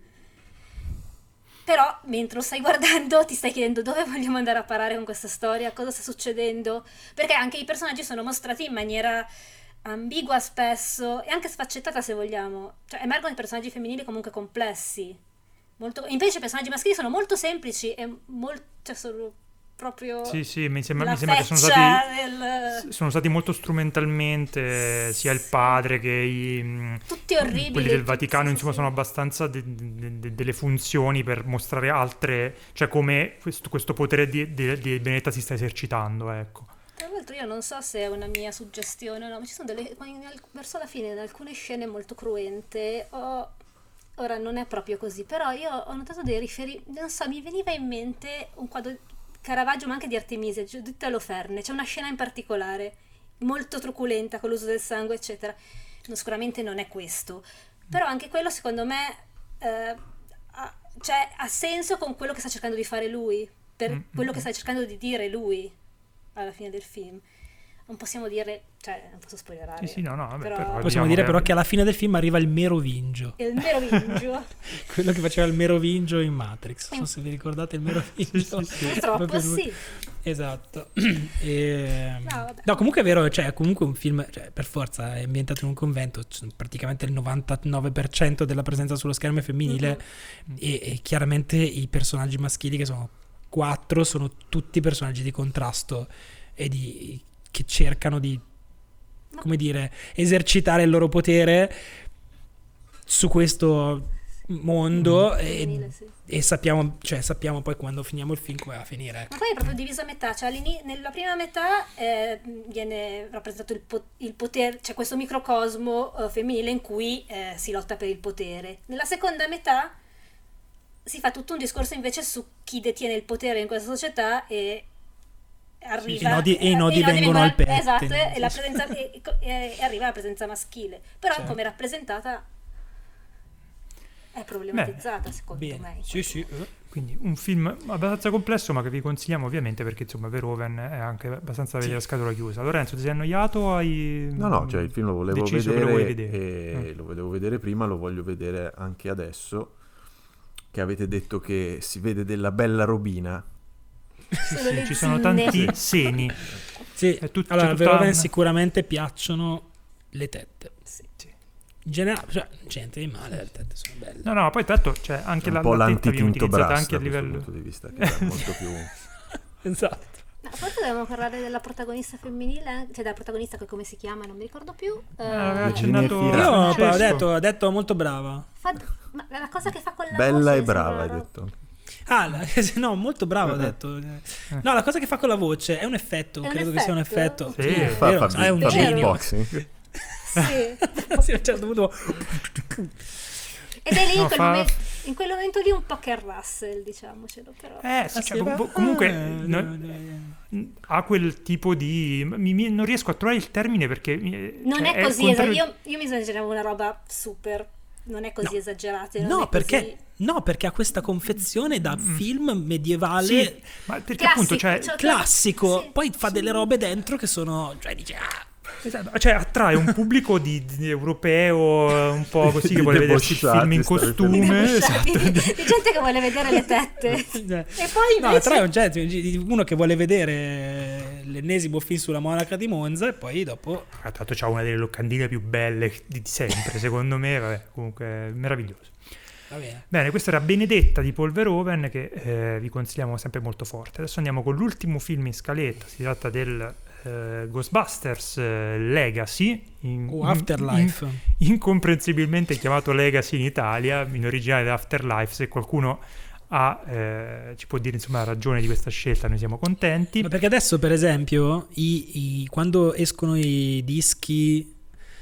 Però mentre lo stai guardando ti stai chiedendo dove vogliamo andare a parare con questa storia, cosa sta succedendo, perché anche i personaggi sono mostrati in maniera ambigua spesso e anche sfaccettata, se vogliamo, cioè emergono i personaggi femminili comunque complessi, invece i personaggi maschili sono molto semplici e cioè sono proprio mi sembra che sono stati molto strumentalmente sia il padre che tutti orribili, quelli del Vaticano, insomma sono abbastanza delle funzioni per mostrare altre, cioè come questo potere di Benedetta si sta esercitando, ecco. Tra l'altro io non so se è una mia suggestione o no, ma ci sono verso la fine alcune scene molto cruente. Ora non è proprio così, però io ho notato dei riferimenti, non so, mi veniva in mente un quadro di Caravaggio, ma anche di Artemisia, Giuditta Oloferne. C'è una scena in particolare molto truculenta con l'uso del sangue, eccetera. Sicuramente non è questo, però anche quello secondo me ha senso con quello che sta cercando di fare lui, per quello che sta cercando di dire lui alla fine del film. non possiamo dire, cioè non posso spoilerare. Sì, no, vabbè, però... però Possiamo dire però che alla fine del film arriva il Merovingio. Il Merovingio. Quello che faceva il Merovingio in Matrix. Non so se vi ricordate il Merovingio. Purtroppo sì. Esatto. Vabbè. No, comunque è vero, cioè comunque un film, cioè, per forza è ambientato in un convento, praticamente il 99% della presenza sullo schermo è femminile e chiaramente i personaggi maschili, che sono 4, sono tutti personaggi di contrasto e che cercano di, come dire, esercitare il loro potere su questo mondo Femminile, sì. e sappiamo poi quando finiamo il film come va a finire. Ma poi è proprio diviso a metà, cioè nella prima metà viene rappresentato il potere, c'è questo microcosmo femminile in cui si lotta per il potere. Nella seconda metà si fa tutto un discorso invece su chi detiene il potere in questa società e arriva i nodi vengono al pettine. Esatto, e arriva la presenza maschile, però come rappresentata è problematizzata secondo me. Sì. Quindi un film abbastanza complesso, ma che vi consigliamo ovviamente perché insomma Verhoeven è anche abbastanza da vedere a scatola chiusa. Lorenzo, ti sei annoiato? No, cioè il film lo volevo vedere e lo volevo vedere prima, lo voglio vedere anche adesso che avete detto che si vede della bella robina. Sì, ci sono tanti seni. Sì, allora a Verhoeven sicuramente piacciono le tette. Sì. In generale, cioè, niente di male, le tette sono belle. No, poi tanto c'è anche un po' l'antitinto Brass anche a livello da questo punto di vista, che è molto più esatto. No, forse dobbiamo parlare della protagonista femminile, cioè della protagonista che come si chiama, non mi ricordo più. Io ho detto molto brava. Ma la cosa che fa con la bella voce e brava, hai detto. No, molto bravo, ho detto. No, la cosa che fa con la voce è un effetto, credo che sia un effetto. Sì, è un genio. Sì. Sì, a un certo punto. Ed è lì in quel momento lì un po' che Russell, diciamocelo, però. Comunque ha quel tipo di non riesco a trovare il termine perché non è così io mi immaginavo una roba super, non è così esagerata. No, perché ha questa confezione da film medievale, sì, ma perché classico, appunto classico, sì, poi fa delle robe dentro che sono, cioè dice esatto, cioè attrae un pubblico di europeo un po' così che vuole vedersi il film in costume, esatto. di gente che vuole vedere le tette e poi invece attrae un gente, uno che vuole vedere l'ennesimo film sulla monaca di Monza e poi dopo tra l'altro c'ha una delle locandine più belle di sempre secondo me, vabbè, comunque meraviglioso. Bene, questa era Benedetta di Paul Verhoeven che vi consigliamo sempre molto forte. Adesso andiamo con l'ultimo film in scaletta, si tratta del Ghostbusters Legacy Afterlife, incomprensibilmente chiamato Legacy in Italia, in originale Afterlife. Se qualcuno ci può dire insomma la ragione di questa scelta, noi siamo contenti. Ma perché adesso per esempio quando escono i dischi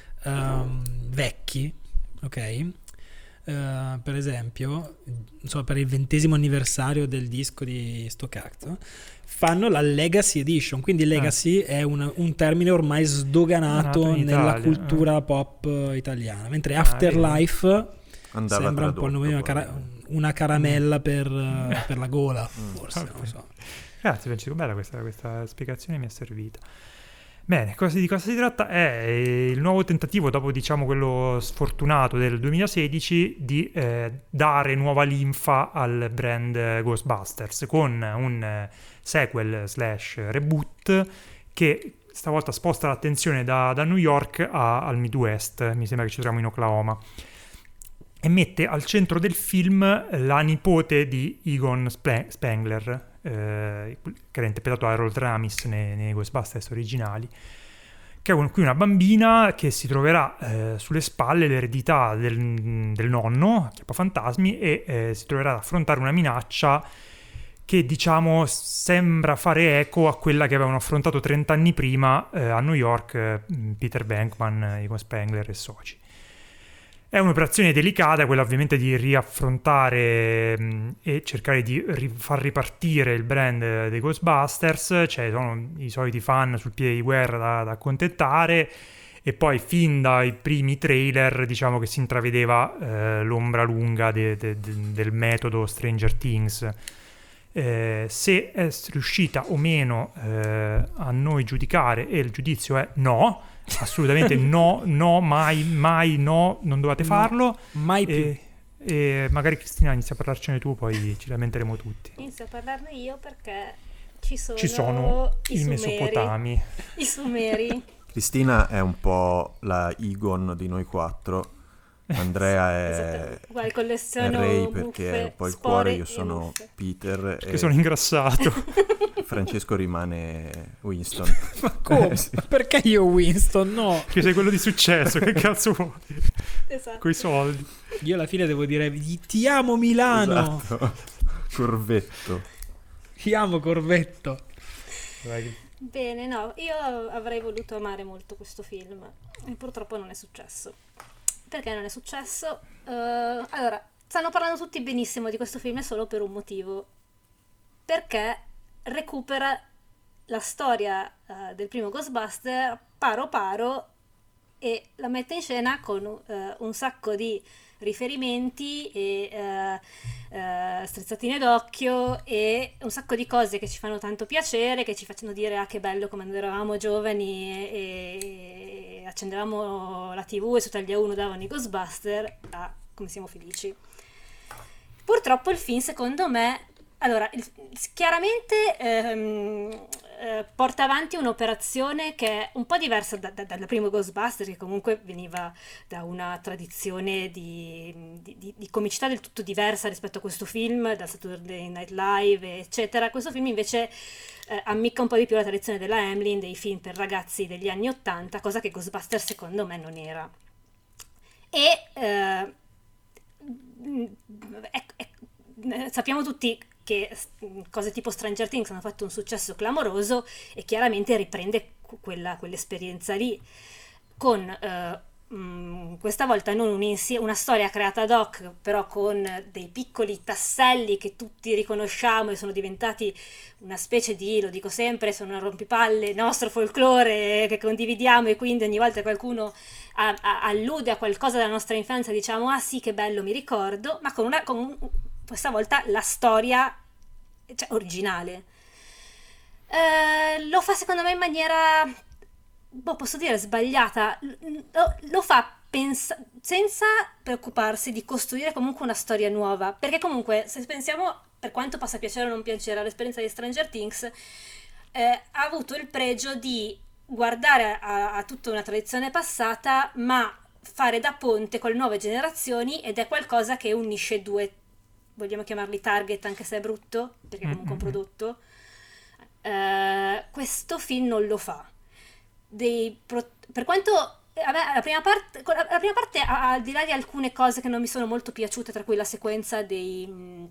vecchi, ok, per esempio per il 20° anniversario del disco di sto cazzo fanno la Legacy Edition, quindi Legacy è un termine ormai sdoganato nella cultura pop italiana, mentre Afterlife sembra un po' il nome di una caramella per la gola, forse, non lo so. Grazie Francesco, bella questa spiegazione, mi è servita. Bene, di cosa si tratta? È il nuovo tentativo, dopo diciamo quello sfortunato del 2016, di dare nuova linfa al brand Ghostbusters con un sequel / reboot che stavolta sposta l'attenzione da New York al Midwest, mi sembra che ci troviamo in Oklahoma, e mette al centro del film la nipote di Egon Spengler, che era interpretato da Harold Ramis nei Ghostbusters originali, che è qui una bambina che si troverà sulle spalle l'eredità del nonno, Chiappafantasmi, e si troverà ad affrontare una minaccia che diciamo sembra fare eco a quella che avevano affrontato 30 anni prima a New York Peter Venkman, Egon Spengler e soci. È un'operazione delicata, quella ovviamente di riaffrontare e cercare di far ripartire il brand dei Ghostbusters. Cioè sono i soliti fan sul piede di guerra da accontentare, e poi fin dai primi trailer diciamo che si intravedeva l'ombra lunga del metodo Stranger Things. se è riuscita o meno a noi giudicare, e il giudizio è no, assolutamente no, mai no, non dovete farlo. Mai più. E magari Cristina inizia a parlarcene tu, poi ci lamenteremo tutti. Inizio a parlarne io perché ci sono i Mesopotami. I Sumeri. Cristina è un po' la Egon di noi 4. Andrea è Ray perché è un po' il cuore, io sono Peter che sono ingrassato. Francesco rimane Winston. Ma come? Sì. Perché io Winston? No. Che sei quello di successo, che cazzo vuoi? Esatto. Coi soldi. Io alla fine devo dire ti amo Milano. Esatto. Corvetto. Ti amo Corvetto. Bene, no, io avrei voluto amare molto questo film e purtroppo non è successo. Perché non è successo? Allora, stanno parlando tutti benissimo di questo film solo per un motivo. Perché recupera la storia del primo Ghostbuster paro paro e la mette in scena con un sacco di riferimenti e strizzatine d'occhio e un sacco di cose che ci fanno tanto piacere, che ci facciano dire che bello quando eravamo giovani e accendevamo la TV e su Italia 1 davano i Ghostbuster, come siamo felici. Purtroppo il film, secondo me, allora, chiaramente porta avanti un'operazione che è un po' diversa dal primo Ghostbuster, che comunque veniva da una tradizione di comicità del tutto diversa rispetto a questo film, da Saturday Night Live, eccetera. Questo film invece ammicca un po' di più la tradizione della Hamlin, dei film per ragazzi degli anni '80, cosa che Ghostbuster secondo me non era. E sappiamo tutti che cose tipo Stranger Things hanno fatto un successo clamoroso e chiaramente riprende quell'esperienza lì con questa volta non una storia creata ad hoc, però con dei piccoli tasselli che tutti riconosciamo e sono diventati una specie di, lo dico sempre, sono un rompipalle, nostro folklore che condividiamo, e quindi ogni volta che qualcuno allude a qualcosa della nostra infanzia diciamo ah sì che bello, mi ricordo, ma con questa volta la storia, cioè, originale. Lo fa secondo me in maniera, posso dire sbagliata, lo fa senza preoccuparsi di costruire comunque una storia nuova, perché comunque se pensiamo, per quanto possa piacere o non piacere all'esperienza di Stranger Things, ha avuto il pregio di guardare a tutta una tradizione passata ma fare da ponte con le nuove generazioni, ed è qualcosa che unisce due, vogliamo chiamarli target anche se è brutto perché è comunque un prodotto. Questo film non lo fa. Per quanto la prima parte al di là di alcune cose che non mi sono molto piaciute, tra cui la sequenza degli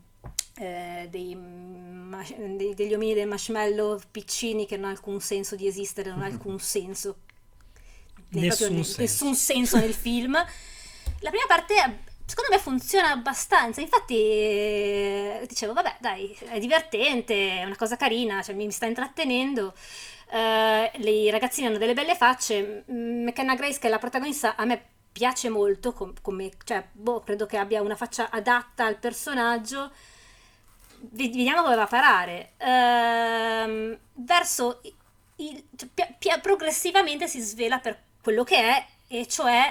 omini dei marshmallow piccini, che non ha alcun senso di esistere, non ha alcun senso, nessun senso nel film. La prima parte secondo me funziona abbastanza, infatti dicevo vabbè dai, è divertente, è una cosa carina, cioè mi sta intrattenendo, i ragazzini hanno delle belle facce, McKenna Grace che è la protagonista a me piace molto, come cioè, credo che abbia una faccia adatta al personaggio. Vediamo dove va a parare. Verso progressivamente si svela per quello che è, e cioè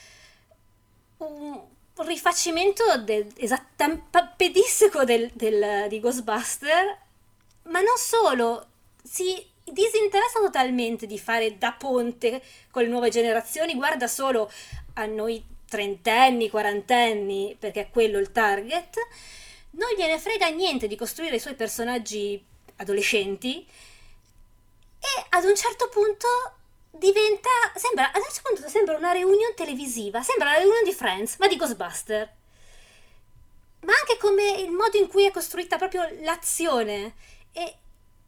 un rifacimento pedisseco di Ghostbuster, ma non solo, si disinteressa totalmente di fare da ponte con le nuove generazioni, guarda solo a noi trentenni, quarantenni, perché è quello il target, non gliene frega niente di costruire i suoi personaggi adolescenti, e ad un certo punto sembra una reunion televisiva, sembra la reunion di Friends, ma di Ghostbuster. Ma anche come il modo in cui è costruita proprio l'azione, e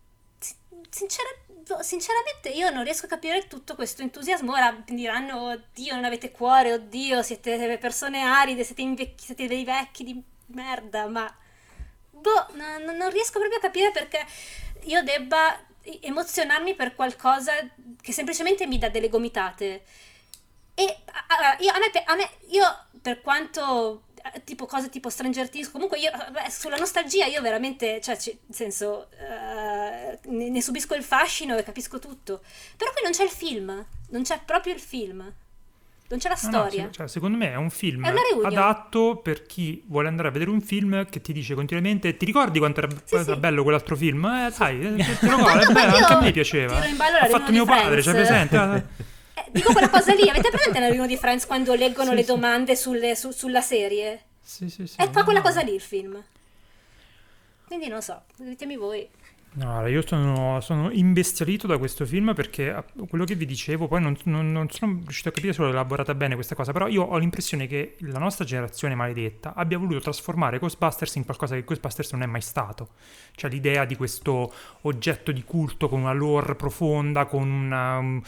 sinceramente io non riesco a capire tutto questo entusiasmo. Ora diranno oddio non avete cuore, oddio siete persone aride, siete dei vecchi di merda, ma non riesco proprio a capire perché io debba emozionarmi per qualcosa che semplicemente mi dà delle gomitate. E io per quanto tipo cose tipo Stranger Things, comunque io sulla nostalgia io veramente, cioè nel senso ne subisco il fascino e capisco tutto, però qui non c'è il film, non c'è proprio il film, non c'è la storia. No, cioè, secondo me è un film È una reunion. adatto per chi vuole andare a vedere un film che ti dice continuamente: ti ricordi quanto era bello quell'altro film? Dai, te lo guarda, è bello, anche a me piaceva. Tiro in ballo la Ha fatto riunione mio di padre, Friends. c'è presente? Dico quella cosa lì, avete presente nella riunione di Friends quando leggono le domande sulla serie? Sì. Fa quella cosa lì il film. Quindi non so, ditemi voi. No, allora, io sono imbestialito da questo film perché quello che vi dicevo, poi non sono riuscito a capire se l'ho elaborata bene questa cosa, però io ho l'impressione che la nostra generazione maledetta abbia voluto trasformare Ghostbusters in qualcosa che Ghostbusters non è mai stato. Cioè l'idea di questo oggetto di culto con una lore profonda, con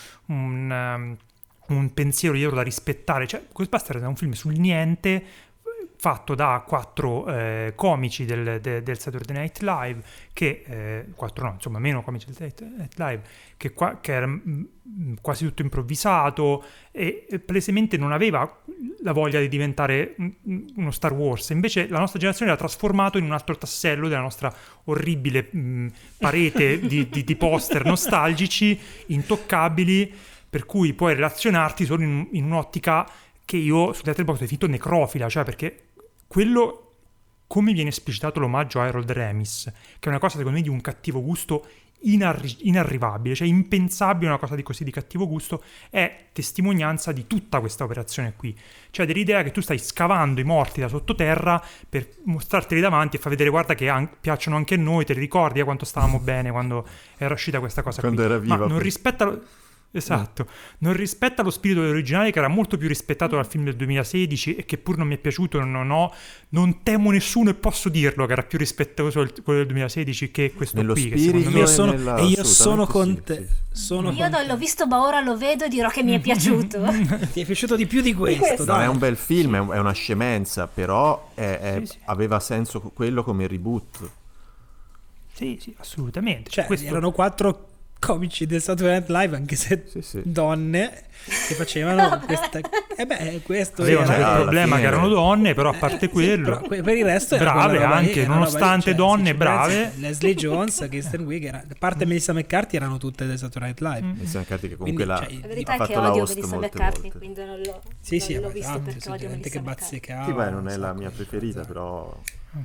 un pensiero dietro da rispettare. Cioè Ghostbusters è un film sul niente, fatto da 4 comici del Saturday Night Live, che 4 no, insomma meno comici del Saturday Night Live, che era quasi tutto improvvisato e palesemente non aveva la voglia di diventare uno Star Wars. Invece la nostra generazione l'ha trasformato in un altro tassello della nostra orribile parete di poster nostalgici, intoccabili, per cui puoi relazionarti solo in un'ottica che io su Letterboxd ho definito necrofila, cioè perché quello, come viene esplicitato l'omaggio a Harold Ramis, che è una cosa secondo me di un cattivo gusto inarrivabile, cioè impensabile una cosa di così di cattivo gusto, è testimonianza di tutta questa operazione qui, cioè dell'idea che tu stai scavando i morti da sottoterra per mostrarteli davanti e far vedere guarda che piacciono anche a noi, te li ricordi quanto stavamo bene quando era uscita questa cosa quando qui, era viva, ma non rispetta esatto, non rispetta lo spirito dell'originale, che era molto più rispettato dal film del 2016 e che pur non mi è piaciuto, non temo nessuno e posso dirlo che era più rispettoso quello del 2016 che questo nello qui, che spirito secondo me io sono con sì, te. sì. Io non l'ho visto, ma ora lo vedo e dirò che mi è piaciuto. Ti è piaciuto di più di questo, Non dai. è un bel film, è una scemenza, però Sì. aveva senso quello come reboot. sì, assolutamente. Cioè, Questo- erano 4 comici del Saturday Night Live, anche se Sì. donne che facevano questa. Questo avevano era. il problema fine- che erano donne, però a parte quello, Per il resto era brave quella roba lì, anche, era roba lì, nonostante cioè, donne se ci pensi, brave. Leslie Jones, Kristen Wiig, a parte Melissa McCarthy, erano tutte del Saturday Night Live. E siamo che comunque Quindi, la, cioè, La ha verità è che fatto la odio host Melissa molte McCarthy, volte. quindi non l'ho Sì, non l'ho visto esatto, perché sì, odio gente Melissa che McCarthy. bazzicava. Sì, beh, non è un la sacco mia di preferita, cose. però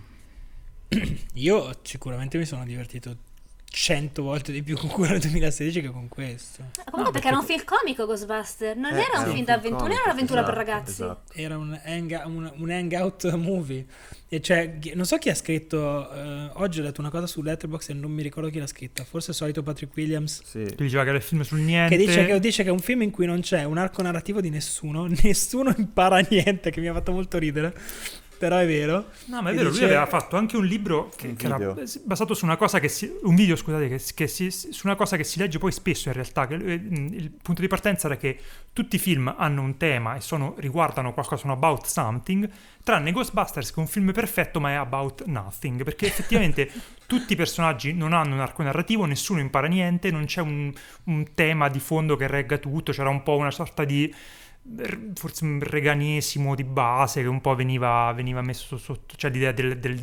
Io sicuramente mi sono divertito 100 volte di più con quello del 2016 che con questo. Comunque perché era un film comico Ghostbuster, non era un film d'avventura, non era un'avventura per ragazzi. Esatto. Era un hangout movie. E cioè, non so chi ha scritto. Oggi ho letto una cosa su Letterboxd e non mi ricordo chi l'ha scritta. Forse il solito Patrick Williams. Sì. Che diceva che era il film sul niente, Che dice che è un film in cui non c'è un arco narrativo di nessuno. Nessuno impara niente. Che mi ha fatto molto ridere. Però è vero. No, ma è E vero, dice- lui aveva fatto anche un libro che era video. basato su una cosa un video, scusate, su una cosa che si legge poi spesso in realtà, che il punto di partenza era che tutti i film hanno un tema e riguardano qualcosa, sono about something, tranne Ghostbusters che è un film perfetto ma è about nothing, perché effettivamente tutti i personaggi non hanno un arco narrativo, nessuno impara niente, non c'è un tema di fondo che regga tutto, c'era un po' una sorta di forse un reganesimo di base che un po' veniva messo sotto, cioè l'idea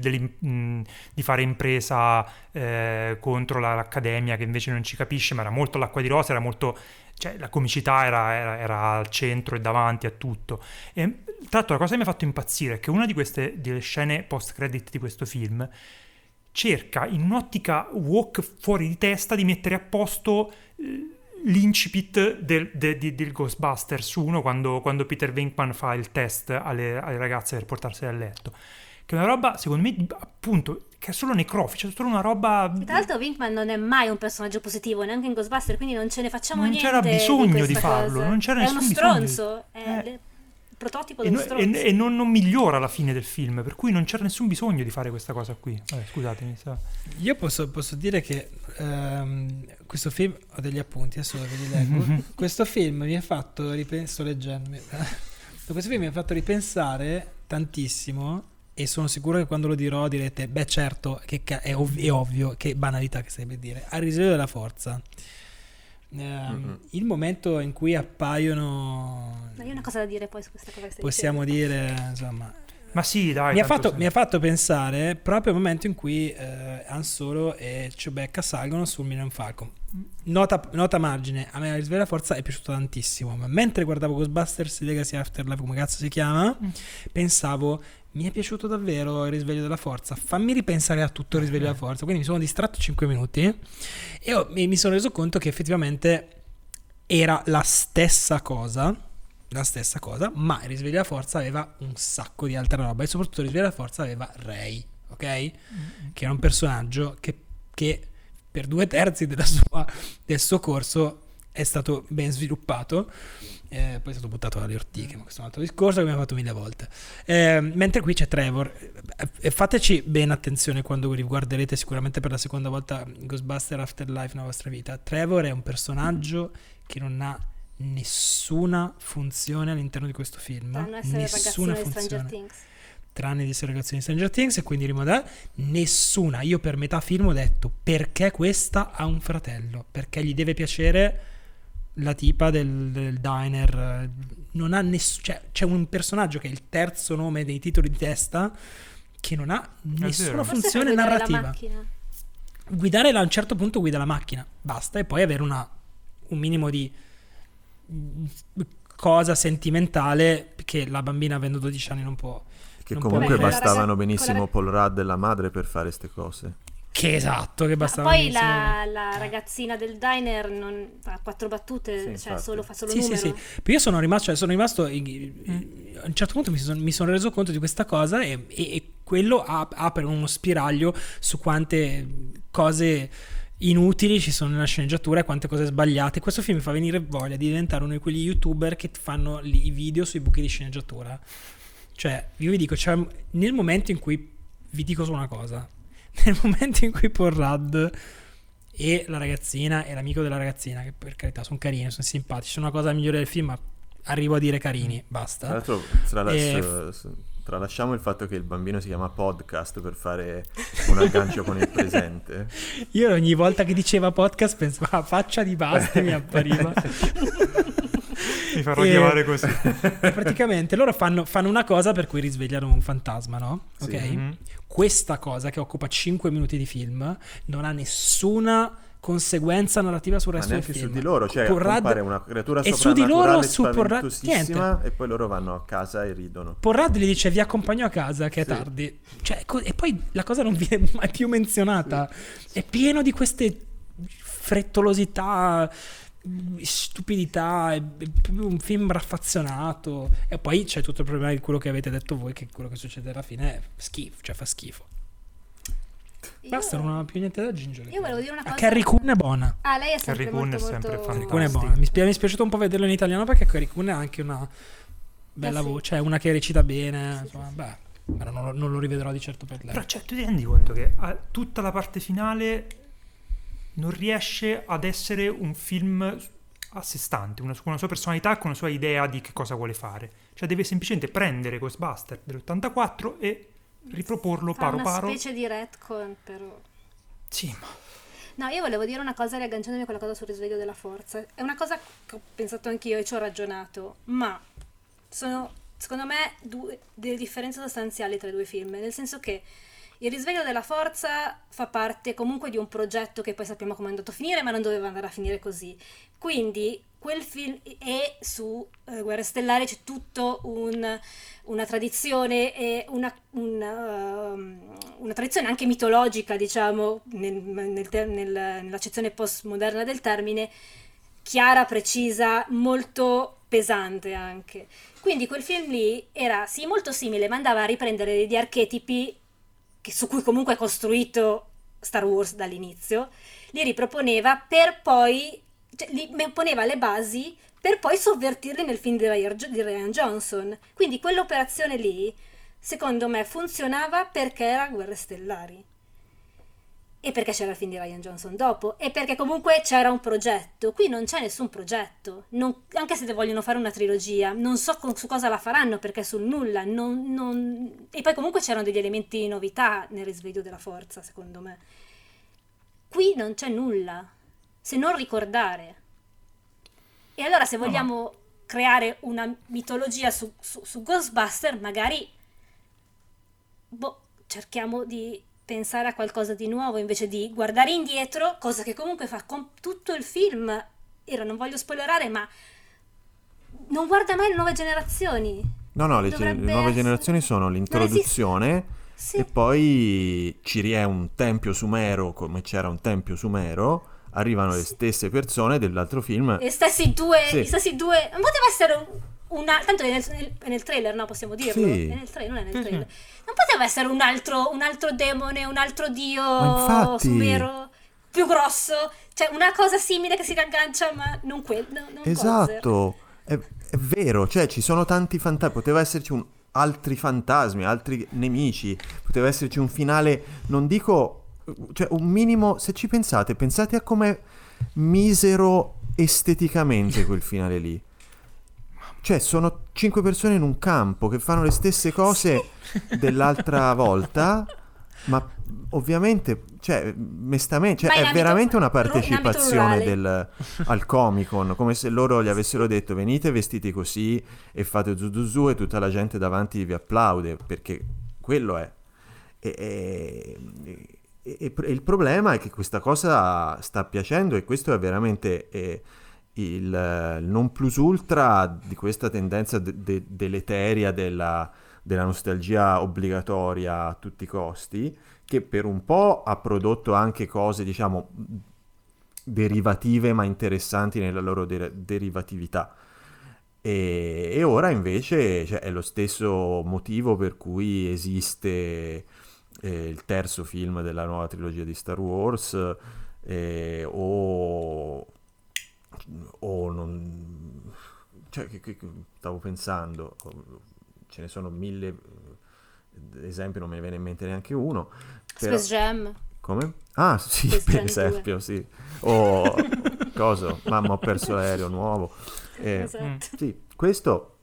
di fare impresa contro l'accademia che invece non ci capisce, ma era molto all'acqua di rose, era molto, cioè la comicità era al centro e davanti a tutto. E tra l'altro la cosa che mi ha fatto impazzire è che una delle scene post credit di questo film cerca in un'ottica walk fuori di testa di mettere a posto l'incipit del Ghostbusters 1 quando Peter Venkman fa il test alle ragazze per portarsele a letto, che è una roba secondo me appunto che è solo necrofica, è solo una roba. Tra l'altro Winkman non è mai un personaggio positivo neanche in Ghostbuster, quindi non ce ne facciamo Non niente. c'era bisogno di questa farlo, cosa. non c'era è uno nessun bisogno stronzo, è il prototipo E, dello no- stronzo. e non migliora la fine del film, per cui non c'era nessun bisogno di fare questa cosa qui. Vabbè, scusatemi. Io posso dire che questo film, ho degli appunti, adesso ve li leggo. Questo film mi ha fatto sto leggendo. Questo film mi ha fatto ripensare tantissimo e sono sicuro che quando lo dirò direte, beh certo, è ovvio, che banalità che stai per dire. Al risveglio della forza. Il momento in cui appaiono, Ma io ho una cosa da dire poi su questa cosa che stai possiamo dicendo. dire, insomma, Ma sì, dai. Mi ha fatto pensare proprio al momento in cui Han Solo e Chewbacca salgono sul Millennium Falcon. Nota margine, a me la Risveglio della Forza è piaciuto tantissimo, ma mentre guardavo Ghostbusters Legacy Afterlife, come cazzo si chiama, pensavo, mi è piaciuto davvero il Risveglio della Forza, fammi ripensare a tutto il Risveglio della Forza. Quindi mi sono distratto 5 minuti e mi sono reso conto che effettivamente era la stessa cosa, ma il Risveglio della Forza aveva un sacco di altra roba, e soprattutto il Risveglio della Forza aveva Rey, ok? Che era un personaggio che per 2/3 del suo corso è stato ben sviluppato, poi è stato buttato dalle ortiche, ma questo è un altro discorso che abbiamo fatto 1000 volte. Mentre qui c'è Trevor, fateci bene attenzione quando riguarderete sicuramente per la seconda volta Ghostbusters Afterlife nella vostra vita. Trevor è un personaggio che non ha nessuna funzione all'interno di questo film, nessuna funzione, tranne di essere ragazzini di Stranger Things, e quindi nessuna. Io per metà film ho detto, perché questa ha un fratello, perché gli deve piacere la tipa del diner, non ha cioè, c'è un personaggio che è il terzo nome dei titoli di testa che non ha nessuna funzione narrativa. Guidare a un certo punto guida la macchina, basta, e poi avere un minimo di cosa sentimentale che la bambina avendo 12 anni non può. Che comunque bastavano benissimo Paul Rudd e la madre per fare queste cose. Che esatto, che bastava. Poi la ragazzina del diner non fa 4 battute, cioè fa solo numero. Sì. Io sono rimasto a un certo punto mi sono reso conto di questa cosa e quello apre uno spiraglio su quante cose inutili ci sono nella sceneggiatura e quante cose sbagliate. Questo film mi fa venire voglia di diventare uno di quegli youtuber che fanno i video sui buchi di sceneggiatura. Cioè, io vi dico, cioè, nel momento in cui vi dico solo una cosa, nel momento in cui Paul Rudd e la ragazzina e l'amico della ragazzina, che per carità sono carini, sono simpatici, sono una cosa migliore del film, ma arrivo a dire carini, basta. Tra l'altro, tralasciamo il fatto che il bambino si chiama Podcast per fare un aggancio con il presente. Io ogni volta che diceva podcast pensavo a faccia di Basti, mi appariva. Mi farò chiamare così. E praticamente loro fanno una cosa per cui risvegliano un fantasma, no? Sì. Ok? Questa cosa che occupa 5 minuti di film non ha nessuna conseguenza narrativa sul resto del film. Su di loro, cioè compare una creatura e su di loro, su spaventosissima, e poi loro vanno a casa e ridono. Paul Rudd gli dice: vi accompagno a casa che è tardi, cioè, e poi la cosa non viene mai più menzionata. È pieno di queste frettolosità, stupidità, è un film raffazzionato. E poi c'è tutto il problema di quello che avete detto voi, che quello che succede alla fine è schifo, cioè fa schifo. Basta, non ho più niente da aggiungere. Io volevo dire una cosa. Carrie Coon è buona. Lei è sempre molto fantastica. Carrie Coon è buona. Mi è spiaciuto un po' vederlo in italiano, perché Carrie Coon è anche una bella voce, cioè una che recita bene, insomma, beh, ma non lo rivedrò di certo per lei. Però cioè, tu ti rendi conto che tutta la parte finale non riesce ad essere un film a sé stante, con una sua personalità, con una sua idea di che cosa vuole fare. Cioè deve semplicemente prendere Ghostbusters dell'84 e riproporlo paro paro. Una specie di retcon, però. Sì, ma no, io volevo dire una cosa riagganciandomi a quella cosa sul risveglio della forza. È una cosa che ho pensato anch'io e ci ho ragionato, ma sono secondo me delle differenze sostanziali tra i due film, nel senso che il risveglio della forza fa parte comunque di un progetto che poi sappiamo come è andato a finire, ma non doveva andare a finire così. Quindi quel film, e su Guerre Stellari c'è tutto una tradizione e una tradizione anche mitologica, diciamo, nell'accezione postmoderna del termine, chiara, precisa, molto pesante anche. Quindi quel film lì era sì molto simile, ma andava a riprendere degli archetipi su cui comunque è costruito Star Wars dall'inizio, li riproponeva per poi, cioè, li poneva le basi per poi sovvertirli nel film di Rian Johnson. Quindi quell'operazione lì, secondo me, funzionava perché era Guerre Stellari e perché c'era il film di Rian Johnson dopo e perché comunque c'era un progetto. Qui non c'è nessun progetto, anche se vogliono fare una trilogia, non so su cosa la faranno perché sul nulla e poi comunque c'erano degli elementi di novità nel risveglio della forza, secondo me. Qui non c'è nulla se non ricordare. E allora se vogliamo creare una mitologia su Ghostbuster, magari cerchiamo di pensare a qualcosa di nuovo invece di guardare indietro, cosa che comunque fa con tutto il film. Io non voglio spoilerare, ma non guarda mai le nuove generazioni. No, le nuove generazioni sono l'introduzione e poi è un tempio sumero, come c'era un tempio sumero, arrivano le stesse persone dell'altro film. Gli stessi due. Non poteva essere tanto è nel trailer, no? Possiamo dirlo? Sì. È nel trailer, non è nel trailer. Non poteva essere un altro demone, un altro dio sumero più grosso, cioè una cosa simile che si riaggancia, ma non quello. Esatto, è vero, cioè ci sono tanti fantasmi, poteva esserci altri fantasmi, altri nemici, poteva esserci un finale, non dico, cioè un minimo, se ci pensate a com'è misero esteticamente quel finale lì. Cioè sono 5 persone in un campo che fanno le stesse cose dell'altra volta, ma ovviamente, cioè, mestamente, cioè, è veramente una partecipazione al Comic-Con, come se loro gli avessero detto venite vestiti così e fate zuzuzu e tutta la gente davanti vi applaude, perché quello è. E il problema è che questa cosa sta piacendo e questo è veramente il non plus ultra di questa tendenza deleteria della nostalgia obbligatoria a tutti i costi, che per un po' ha prodotto anche cose, diciamo, derivative ma interessanti nella loro derivatività. E ora invece, cioè, è lo stesso motivo per cui esiste il terzo film della nuova trilogia di Star Wars, o non, cioè, che stavo pensando, ce ne sono 1000 esempi, non me ne viene in mente neanche uno. Space Jam. Come? Ah sì, Space per Jam esempio 2. Sì. O cosa? Mamma, ho perso l'aereo nuovo. Esatto. Sì, questo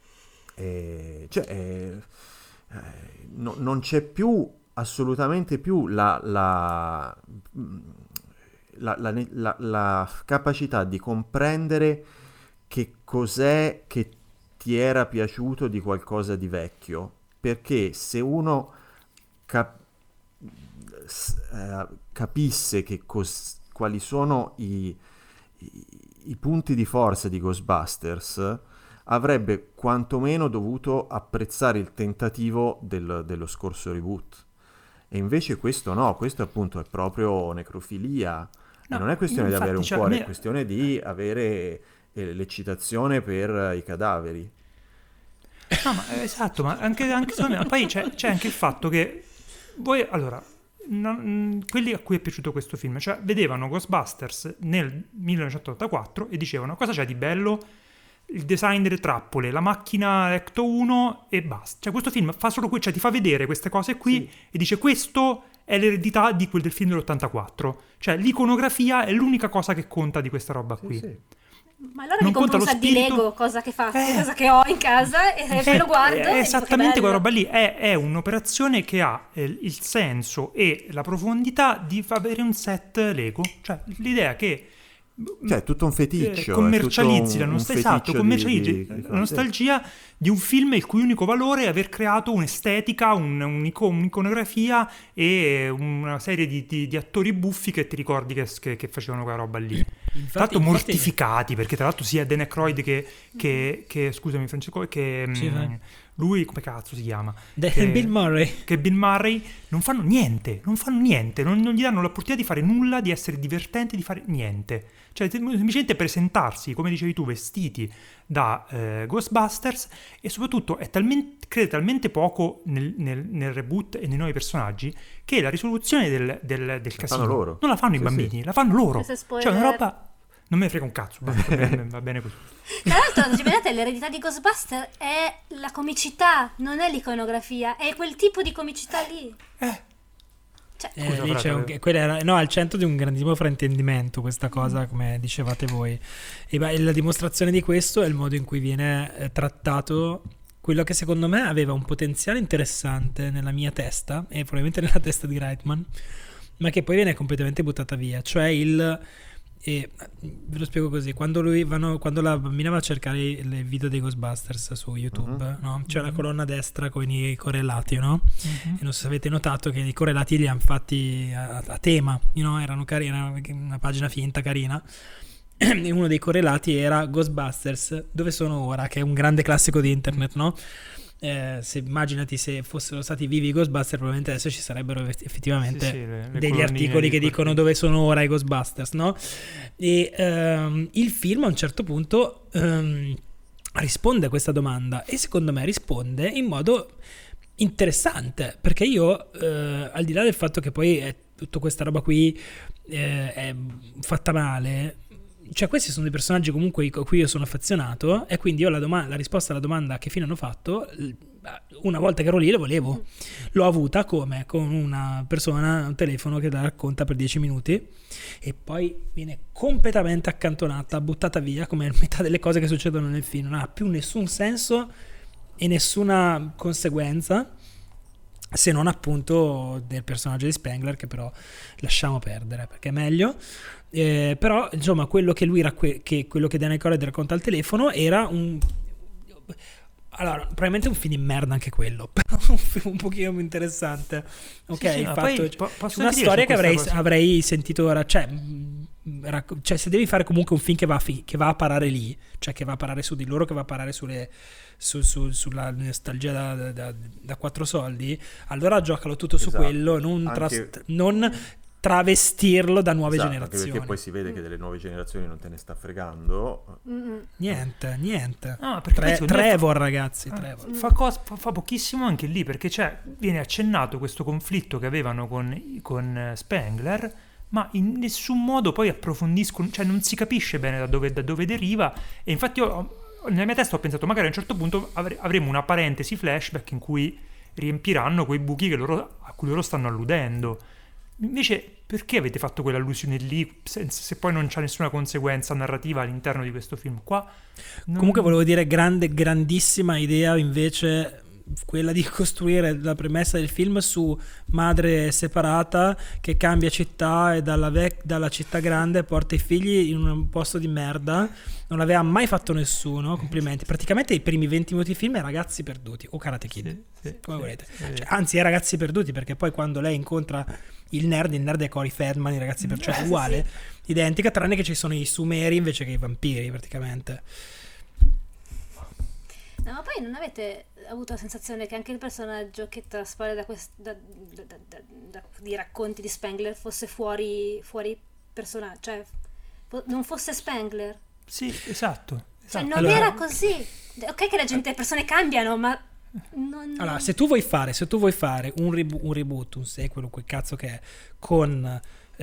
non c'è più assolutamente più la capacità di comprendere che cos'è che ti era piaciuto di qualcosa di vecchio, perché se uno capisse che quali sono i punti di forza di Ghostbusters, avrebbe quantomeno dovuto apprezzare il tentativo dello scorso reboot. E invece questo no, questo appunto è proprio necrofilia. No, e non è questione di avere un cuore, è questione di avere l'eccitazione per i cadaveri. No, ma esatto, ma anche secondo me, poi c'è anche il fatto che voi, allora, quelli a cui è piaciuto questo film, cioè vedevano Ghostbusters nel 1984 e dicevano cosa c'è di bello? Il design delle trappole, la macchina Ecto 1 e basta. Cioè questo film fa solo cioè ti fa vedere queste cose qui, sì, e dice questo è l'eredità di quel del film dell'84. Cioè l'iconografia è l'unica cosa che conta di questa roba qui. Sì. Ma allora mi compro un set di Lego, cosa che ho in casa e lo guardo. È esattamente quella roba lì, è un'operazione che ha il senso e la profondità di avere un set Lego. Cioè l'idea che tutto un feticcio, commercializzi la nostalgia di un film il cui unico valore è aver creato un'estetica, un'iconografia e una serie di attori buffi che ti ricordi che facevano quella roba lì. Tra l'altro mortificati, perché tra l'altro sia Dan Aykroyd che scusami Francesco, che lui come cazzo si chiama? Bill Murray. Che Bill Murray non fanno niente, non gli danno l'opportunità di fare nulla, di essere divertenti, di fare niente. Cioè semplicemente presentarsi, come dicevi tu, vestiti da Ghostbusters, e soprattutto crede talmente poco nel reboot e nei nuovi personaggi che la risoluzione del casino non la fanno i bambini, la fanno loro. Cioè una roba... Non me ne frega un cazzo, va bene così. Tra l'altro, se vedete, l'eredità di Ghostbusters è la comicità, non è l'iconografia, è quel tipo di comicità lì. Lì c'è al centro di un grandissimo fraintendimento questa cosa, come dicevate voi. E la dimostrazione di questo è il modo in cui viene trattato quello che secondo me aveva un potenziale interessante nella mia testa e probabilmente nella testa di Reitman, ma che poi viene completamente buttata via, cioè E ve lo spiego così: quando la bambina va a cercare il video dei Ghostbusters su YouTube, no? C'è la colonna a destra con i correlati, no? E non so se avete notato che i correlati li hanno fatti a tema, no? Erano carini, una pagina finta carina. E uno dei correlati era Ghostbusters, dove sono ora, che è un grande classico di internet, no? Se immaginati se fossero stati vivi i Ghostbusters, probabilmente adesso ci sarebbero effettivamente le degli articoli che dicono dove sono ora i Ghostbusters, no? E il film a un certo punto risponde a questa domanda, e secondo me risponde in modo interessante, perché io al di là del fatto che poi tutta questa roba qui è fatta male, cioè questi sono dei personaggi comunque a cui io sono affezionato, e quindi io la risposta alla domanda che fine hanno fatto, una volta che ero lì, lo volevo. L'ho avuta come? Con una persona, un telefono che la racconta per 10 minuti e poi viene completamente accantonata, buttata via, come metà delle cose che succedono nel film. Non ha più nessun senso e nessuna conseguenza, se non appunto del personaggio di Spengler, che però lasciamo perdere perché è meglio. Però insomma quello che quello che Danny Aykroyd racconta al telefono era allora probabilmente un film di merda anche quello, però un film un pochino più interessante, ok? Sì, fatto una storia che avrei sentito ora, cioè se devi fare comunque un film che va a parare lì, cioè che va a parare su di loro, che va a parare sulla nostalgia da quattro soldi, allora giocalo tutto su quello, non travestirlo da nuove generazioni, perché poi si vede che delle nuove generazioni non te ne sta fregando. Niente. No, perché Trevor, ragazzi, Trevor fa pochissimo anche lì, perché viene accennato questo conflitto che avevano con Spengler, ma in nessun modo poi approfondiscono, cioè non si capisce bene da dove deriva. E infatti io nella mia testa ho pensato magari a un certo punto avremo una parentesi flashback in cui riempiranno quei buchi a cui loro stanno alludendo. Invece perché avete fatto quell'allusione lì se poi non c'è nessuna conseguenza narrativa all'interno di questo film qua? Comunque volevo dire grandissima idea invece quella di costruire la premessa del film su madre separata che cambia città e dalla città grande porta i figli in un posto di merda. Non l'aveva mai fatto nessuno, complimenti. Praticamente i primi 20 minuti di film è Ragazzi Perduti o Karate Kid, come volete. Cioè, anzi è Ragazzi Perduti, perché poi quando lei incontra il nerd è Corey Feldman, i Ragazzi Perduti, cioè uguale, identica, tranne che ci sono i sumeri invece che i vampiri praticamente. No, ma poi non avete avuto la sensazione che anche il personaggio che traspare di racconti di Spengler fosse fuori personaggio, cioè non fosse Spengler? Sì, esatto. Cioè non era così. Ok che le persone cambiano, ma allora se tu vuoi fare un reboot, un sequel, quel cazzo che è, con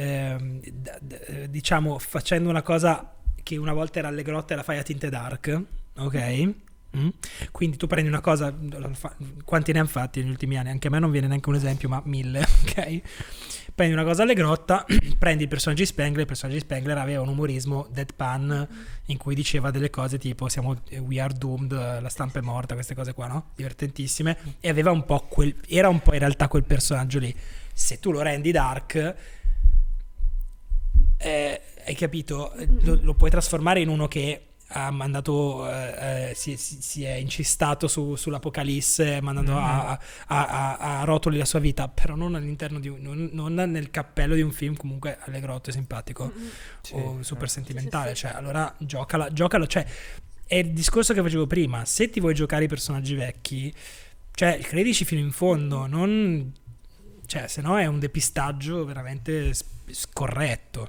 diciamo facendo una cosa che una volta era alle grotte e la fai a tinte dark, ok? Quindi tu prendi una cosa, quanti ne hanno fatti negli ultimi anni? Anche a me non viene neanche un esempio, ma 1000, ok? Prendi una cosa alle grotta, prendi il personaggio di Spengler aveva un umorismo deadpan in cui diceva delle cose tipo we are doomed, la stampa è morta, queste cose qua, no? Divertentissime, e aveva un po' era un po' in realtà quel personaggio lì. Se tu lo rendi dark, hai capito, lo puoi trasformare in uno che ha mandato si è incistato sull'apocalisse, mandando a rotoli la sua vita, però non all'interno non nel cappello di un film comunque alle grotte simpatico o super sentimentale. Cioè allora giocalo, cioè è il discorso che facevo prima: se ti vuoi giocare i personaggi vecchi, cioè credici fino in fondo, non, cioè se no è un depistaggio veramente scorretto.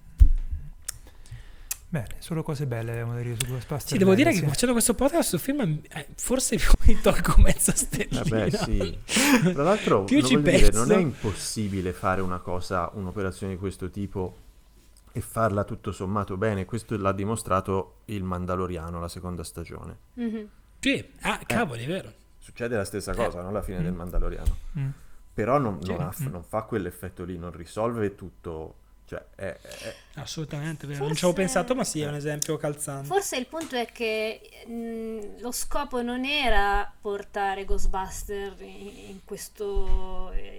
Bene, solo cose belle devo dire su Ghostbusters. Sì, devo dire che facendo questo podcast sul film forse mi tolgo mezza stellina. Vabbè, sì. Tra l'altro non è impossibile fare un'operazione di questo tipo e farla tutto sommato bene. Questo l'ha dimostrato il Mandaloriano, la seconda stagione. Sì, cavoli, è vero. Succede la stessa cosa, no? Alla fine del Mandaloriano. Però non fa quell'effetto lì, non risolve tutto. Cioè, assolutamente vero. Non ci avevo pensato, ma sì, è un esempio calzante. Forse il punto è che lo scopo non era portare Ghostbuster in questo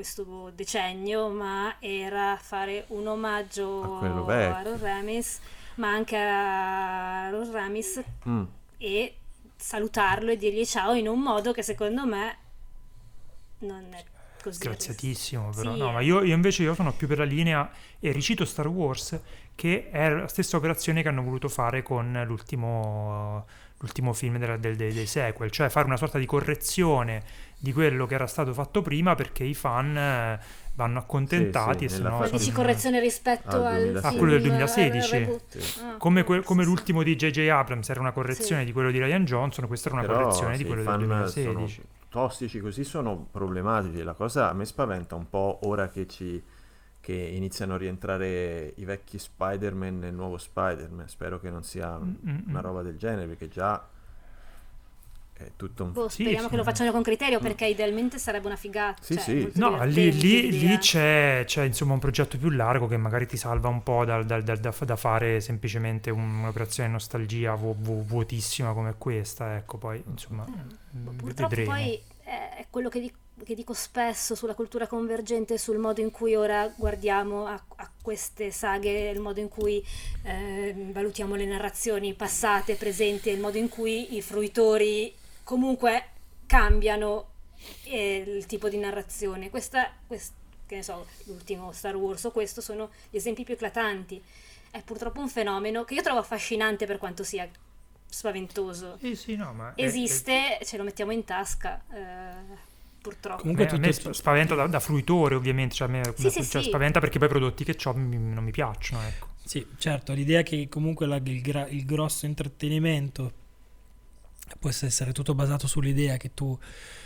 questo decennio, ma era fare un omaggio quello a vecchio. Ron Ramis, ma anche a Ron Ramis, e salutarlo e dirgli ciao in un modo che secondo me non è così Sgraziatissimo, però. Sì, No, ma io invece sono più per la linea, e ricito Star Wars, che è la stessa operazione che hanno voluto fare con l'ultimo film dei sequel, cioè fare una sorta di correzione di quello che era stato fatto prima, perché i fan vanno accontentati, Sì, e se nella no Ma fase- dici correzione rispetto al al 2016. a quello del 2016. al reboot? Sì. Ah, come sì, l'ultimo di J.J. Abrams era una correzione Sì. di quello di Ryan Johnson, questa era una Però correzione sì, di quello i del fan 2016. sono tossici così, sono problematici. La cosa a me spaventa un po' ora che iniziano a rientrare i vecchi Spider-Man nel nuovo Spider-Man. Spero che non sia una roba del genere, perché già è tutto un... Boh, Sì, speriamo sì. che lo facciano con criterio, perché idealmente sarebbe una figata. Sì, cioè, sì. molto No, lì divertente l'idea. c'è insomma un progetto più largo che magari ti salva un po' da fare semplicemente un'operazione nostalgia vuotissima come questa, ecco, poi insomma Purtroppo vedremo. poi è quello che dico spesso sulla cultura convergente, sul modo in cui ora guardiamo a queste saghe, il modo in cui valutiamo le narrazioni passate, presenti, il modo in cui i fruitori comunque cambiano il tipo di narrazione. Che ne so, l'ultimo Star Wars o questo sono gli esempi più eclatanti. È purtroppo un fenomeno che io trovo affascinante per quanto sia spaventoso. Sì, no, ma Esiste, ce lo mettiamo in tasca, purtroppo. Comunque a me tutto- spaventa da fruitore, ovviamente, cioè, Sì, sì, cioè, sì. spaventa perché poi i prodotti che ho non mi piacciono, ecco. Sì, certo, l'idea che comunque il grosso intrattenimento possa essere tutto basato sull'idea che tu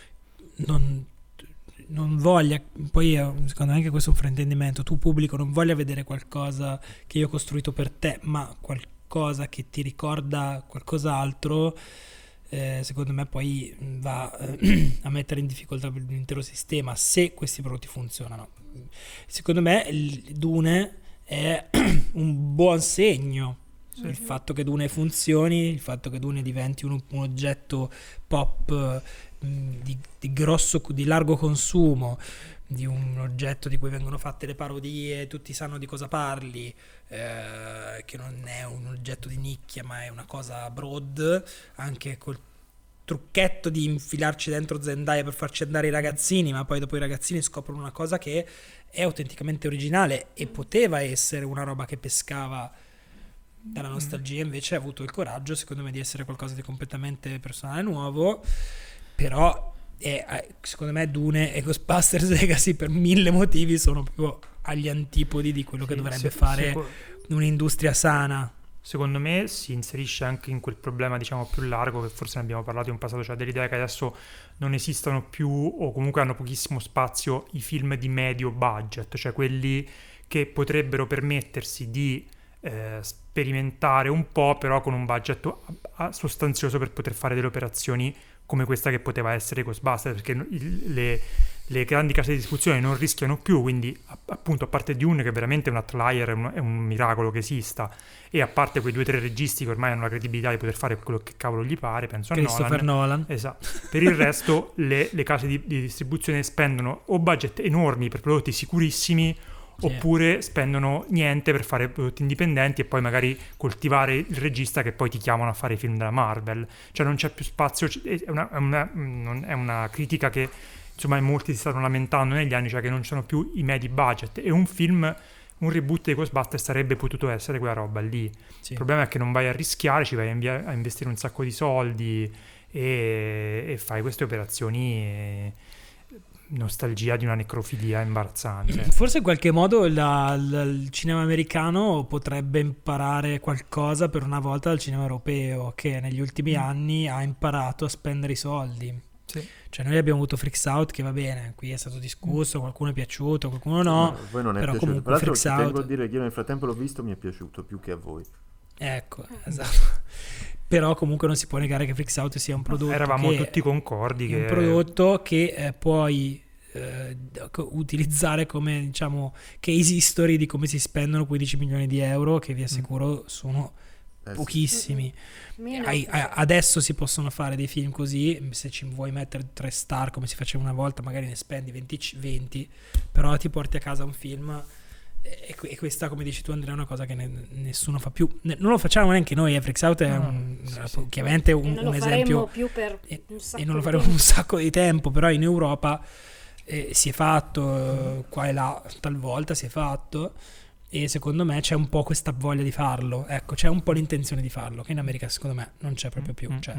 non voglia, poi secondo me anche questo è un fraintendimento, tu pubblico non voglia vedere qualcosa che io ho costruito per te, ma qualcosa che ti ricorda qualcos'altro, secondo me poi va a mettere in difficoltà l'intero sistema se questi prodotti funzionano. Secondo me il Dune è un buon segno. Il fatto che Dune funzioni, il fatto che Dune diventi un oggetto pop di largo consumo, di un oggetto di cui vengono fatte le parodie, tutti sanno di cosa parli, che non è un oggetto di nicchia ma è una cosa broad, anche col trucchetto di infilarci dentro Zendaya per farci andare i ragazzini, ma poi dopo i ragazzini scoprono una cosa che è autenticamente originale e poteva essere una roba che pescava dalla nostalgia, invece ha avuto il coraggio secondo me di essere qualcosa di completamente personale, nuovo. Però secondo me Dune e Ghostbusters Legacy per 1000 motivi sono proprio agli antipodi di quello che dovrebbe fare un'industria sana. Secondo me si inserisce anche in quel problema, diciamo, più largo, che forse ne abbiamo parlato in passato, cioè dell'idea che adesso non esistono più, o comunque hanno pochissimo spazio, i film di medio budget, cioè quelli che potrebbero permettersi di sperimentare un po', però con un budget sostanzioso per poter fare delle operazioni come questa che poteva essere Ghostbusters, perché le grandi case di distribuzione non rischiano più, quindi appunto, a parte Dune, che veramente è un outlier, è un miracolo che esista, e a parte quei 2 o 3 registi che ormai hanno la credibilità di poter fare quello che cavolo gli pare, penso a Christopher Nolan. Esatto. Per il resto le case di distribuzione spendono o budget enormi per prodotti sicurissimi, oppure spendono niente per fare prodotti indipendenti e poi magari coltivare il regista che poi ti chiamano a fare i film della Marvel. Cioè non c'è più spazio, è una critica che insomma in molti si stanno lamentando negli anni, cioè che non ci sono più i medi budget, e un reboot di Ghostbusters sarebbe potuto essere quella roba lì. Sì. Il problema è che non vai a rischiare, ci vai a investire un sacco di soldi e fai queste operazioni nostalgia di una necrofilia imbarazzante. Forse in qualche modo il cinema americano potrebbe imparare qualcosa per una volta dal cinema europeo, che negli ultimi anni ha imparato a spendere i soldi. Sì. Cioè noi abbiamo avuto Freaks Out, che va bene, qui è stato discusso, qualcuno è piaciuto, qualcuno no, Voi non è però piaciuto. comunque Tra l'altro Freaks ci tengo a Out, dire che io nel frattempo l'ho visto, mi è piaciuto più che a voi. ecco, esatto. Però comunque non si può negare che Freaks Out sia un prodotto Eravamo che tutti concordi è un che prodotto che puoi utilizzare come, diciamo, case history di come si spendono 15 milioni di euro, che vi assicuro sono pochissimi. Sì. Adesso si possono fare dei film così, se ci vuoi mettere 3 star come si faceva una volta, magari ne spendi 20, però ti porti a casa un film. E questa, come dici tu Andrea, è una cosa che nessuno fa più, non lo facciamo neanche noi. Freaks Out è chiaramente un esempio più per e non lo faremo un sacco di tempo, però in Europa si è fatto, qua e là talvolta si è fatto, e secondo me c'è un po' questa voglia di farlo, ecco, c'è un po' l'intenzione di farlo, che in America secondo me non c'è proprio più, cioè,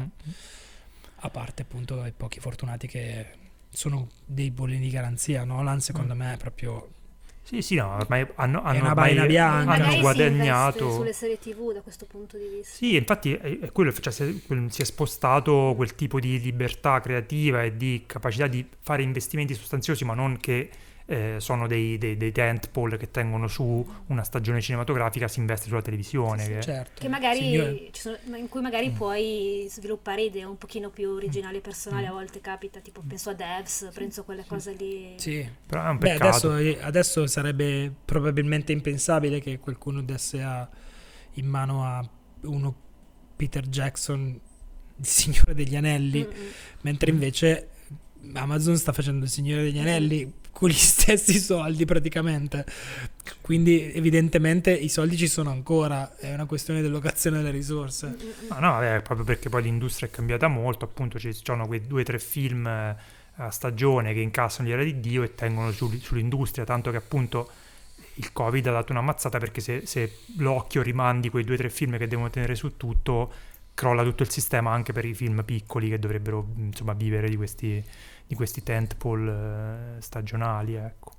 a parte appunto i pochi fortunati che sono dei bollini di garanzia. Nolan secondo me è proprio Sì, no, ormai hanno una baina bianca. hanno guadagnato sulle serie TV da questo punto di vista. Sì, infatti è quello, cioè, si è spostato quel tipo di libertà creativa e di capacità di fare investimenti sostanziosi, ma non che sono dei tentpole che tengono su una stagione cinematografica, si investe sulla televisione. Sì, certo. Che magari in cui magari puoi sviluppare idee un pochino più originali e personali, a volte capita, tipo penso a Devs, penso a quelle cose lì. Sì. Però è un peccato. Adesso sarebbe probabilmente impensabile che qualcuno desse in mano a uno Peter Jackson, il Signore degli Anelli, mentre invece Amazon sta facendo il Signore degli Anelli con gli stessi soldi praticamente, quindi evidentemente i soldi ci sono ancora, è una questione dell'allocazione delle risorse. Proprio perché poi l'industria è cambiata molto, appunto ci sono quei 2 o 3 film a stagione che incassano l'ira di Dio e tengono sull'industria, tanto che appunto il Covid ha dato una mazzata, perché se l'occhio rimandi quei 2 o 3 film che devono tenere su tutto, crolla tutto il sistema anche per i film piccoli che dovrebbero insomma vivere di questi tentpole stagionali, ecco.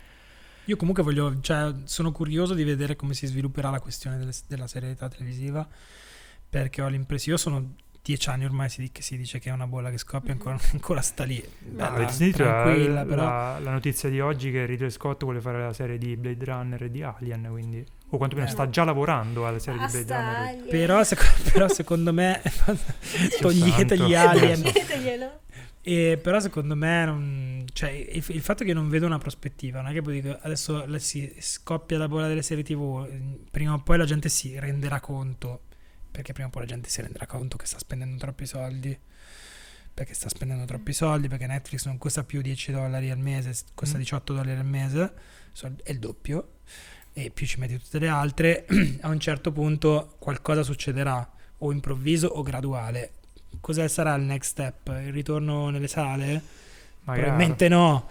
Io comunque sono curioso di vedere come si svilupperà la questione della serialità televisiva, perché ho l'impressione, sono 10 anni ormai che si dice che è una bolla che scoppia, ancora sta lì. Avete sentito tranquilla, però la notizia di oggi che Ridley Scott vuole fare la serie di Blade Runner e di Alien, quindi, o quantomeno sta già lavorando alla serie di Blade Runner. Però secondo me toglietegli Alien. Però secondo me il fatto che non vedo una prospettiva, non è che poi dico adesso si scoppia la bolla delle serie TV, prima o poi la gente si renderà conto, perché prima o poi la gente si renderà conto che sta spendendo troppi soldi, perché Netflix non costa più $10 al mese, costa $18 al mese, è il doppio, e più ci metti tutte le altre, a un certo punto qualcosa succederà, o improvviso o graduale. Cosa sarà il next step? Il ritorno nelle sale? Probabilmente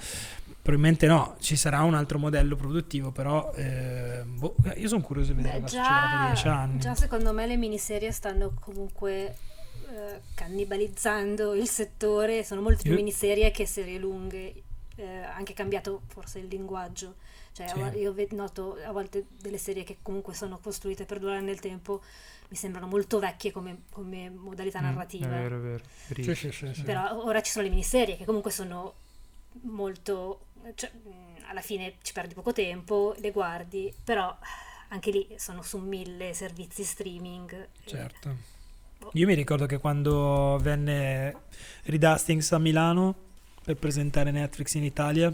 no, ci sarà un altro modello produttivo, però io sono curioso di vedere cosa succederà tra 10 anni. Già secondo me le miniserie stanno comunque cannibalizzando il settore, sono molte più miniserie che serie lunghe, anche cambiato forse il linguaggio, cioè io noto a volte delle serie che comunque sono costruite per durare nel tempo, mi sembrano molto vecchie come modalità narrativa. È vero. Sì. Però ora ci sono le miniserie che comunque sono molto, cioè, alla fine ci perdi poco tempo, le guardi, però anche lì sono su 1000 servizi streaming. Certo. Io mi ricordo che quando venne Reed Hastings a Milano per presentare Netflix in Italia,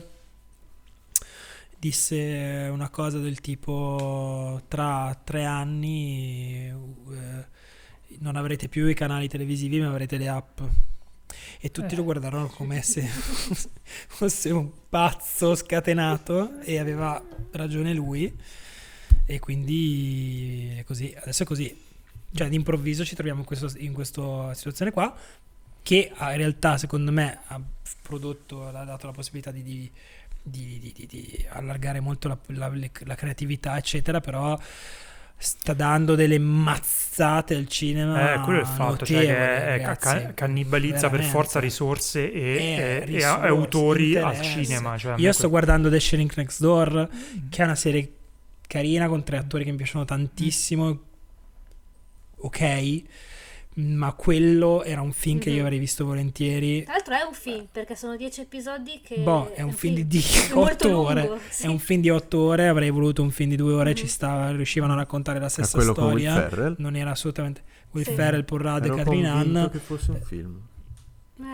disse una cosa del tipo: tra 3 anni non avrete più i canali televisivi, ma avrete le app. E tutti lo guardarono come se fosse un pazzo scatenato, e aveva ragione lui, e quindi è così. Adesso è così, cioè d'improvviso ci troviamo in questa situazione qua, che in realtà secondo me ha dato la possibilità di allargare molto la creatività eccetera, però sta dando delle mazzate al cinema. Quello è il fatto, notevoli, cioè che cannibalizza per forza risorse e autori interesse. al cinema, cioè, io sto guardando The Shrinking Next Door, che è una serie carina con 3 attori che mi piacciono tantissimo, ok, ma quello era un film che io avrei visto volentieri. Tra l'altro è un film, perché sono 10 episodi che... è un film di 8 ore. Sì. È un film di 8 ore, avrei voluto un film di 2 ore, riuscivano a raccontare la stessa storia. Con Will Ferrell? Non era assolutamente... Will Ferrell, Paul Rudd e Catherine Hahn. Che fosse un film.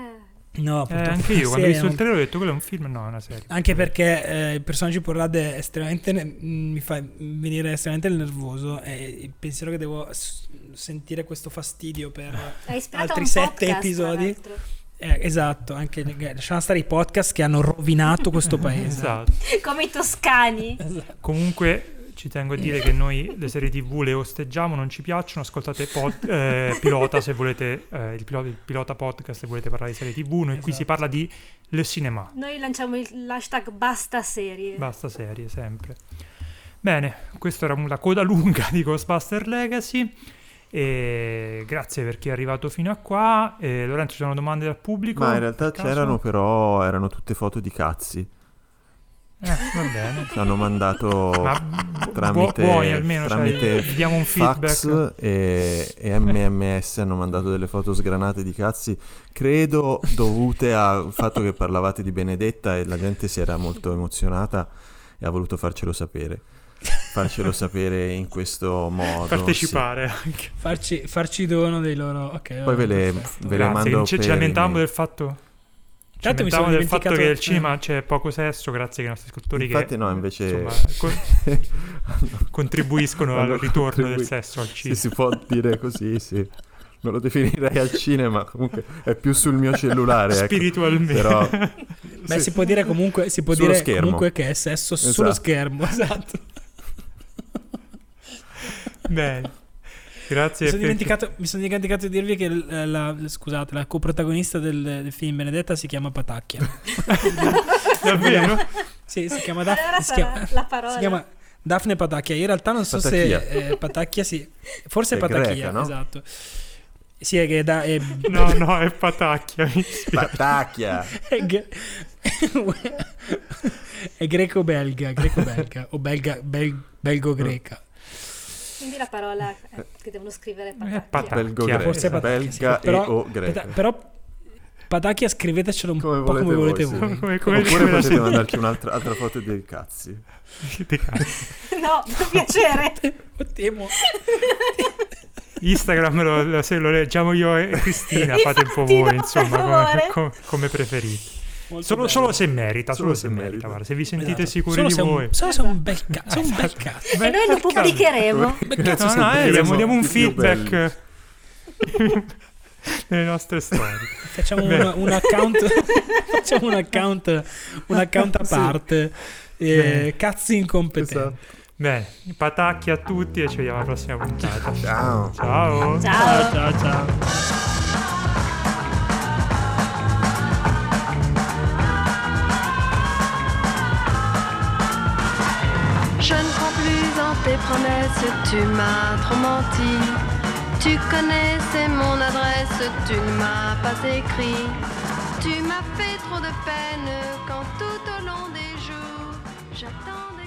No, anche io quando ho visto il trailer ho detto quello è un film, no, è una serie. Anche perché il personaggio di Paul Rudd è estremamente mi fa venire estremamente nervoso, e il pensiero che devo sentire questo fastidio per altri 7 episodi. Esatto, anche lasciamo stare i podcast che hanno rovinato questo paese. Esatto. Come i toscani. Esatto. Comunque ci tengo a dire che noi le serie TV le osteggiamo, non ci piacciono, ascoltate Pilota se volete, il Pilota podcast se volete parlare di serie TV, noi qui si parla di le cinema. Noi lanciamo l'hashtag basta serie. Basta serie, sempre. Bene, questa era la coda lunga di Ghostbuster Legacy. E grazie per chi è arrivato fino a qua. Lorenzo, ci sono domande dal pubblico? Ma in realtà c'erano, però erano tutte foto di cazzi. Va bene. Ci hanno mandato tramite almeno, diamo un fax feedback. e MMS hanno mandato delle foto sgranate di cazzi, credo dovute al fatto che parlavate di Benedetta e la gente si era molto emozionata e ha voluto farcelo sapere in questo modo, partecipare sì. Anche farci dono dei loro, ok, poi ve le mando. Ci lamentavamo del fatto che al cinema c'è poco sesso, grazie ai nostri ascoltatori. Infatti no, invece contribuiscono al ritorno del sesso al cinema. Sì, si può dire così, sì. Non lo definirei al cinema, comunque è più sul mio cellulare, spiritualmente, ecco. Però beh, si può dire comunque comunque che è sesso sullo schermo, esatto. Bene, grazie. Mi sono dimenticato di dirvi che la coprotagonista del film Benedetta si chiama Patacchia. Davvero? Sì, si chiama la parola. Si chiama Daphne Patacchia. Io in realtà non so se Patacchia, sì, forse è Patacchia, greca, no? Esatto. Sì, è no, è Patacchia. Patacchia. È greco-belga o belgo-greca. Quindi la parola che devono scrivere è Patacchia. Belga o greca. Però Patacchia scrivetecelo un po' come volete voi. Oppure potete mandarci un'altra foto dei cazzi. No, per piacere. Temo. Instagram se lo leggiamo io e Cristina, fate un po' voi, insomma, come preferite. Solo se merita, guarda, se vi sentite sicuri di voi. Solo se è un bel cazzo. E noi lo pubblicheremo. Diamo un feedback nelle nostre storie. Facciamo un account a parte. Cazzi incompetenti. Esatto. Bene, patacchi a tutti e ci vediamo alla prossima puntata. Ciao. Je ne crois plus en tes promesses, tu m'as trop menti. Tu connaissais mon adresse, tu ne m'as pas écrit. Tu m'as fait trop de peine quand tout au long des jours j'attendais.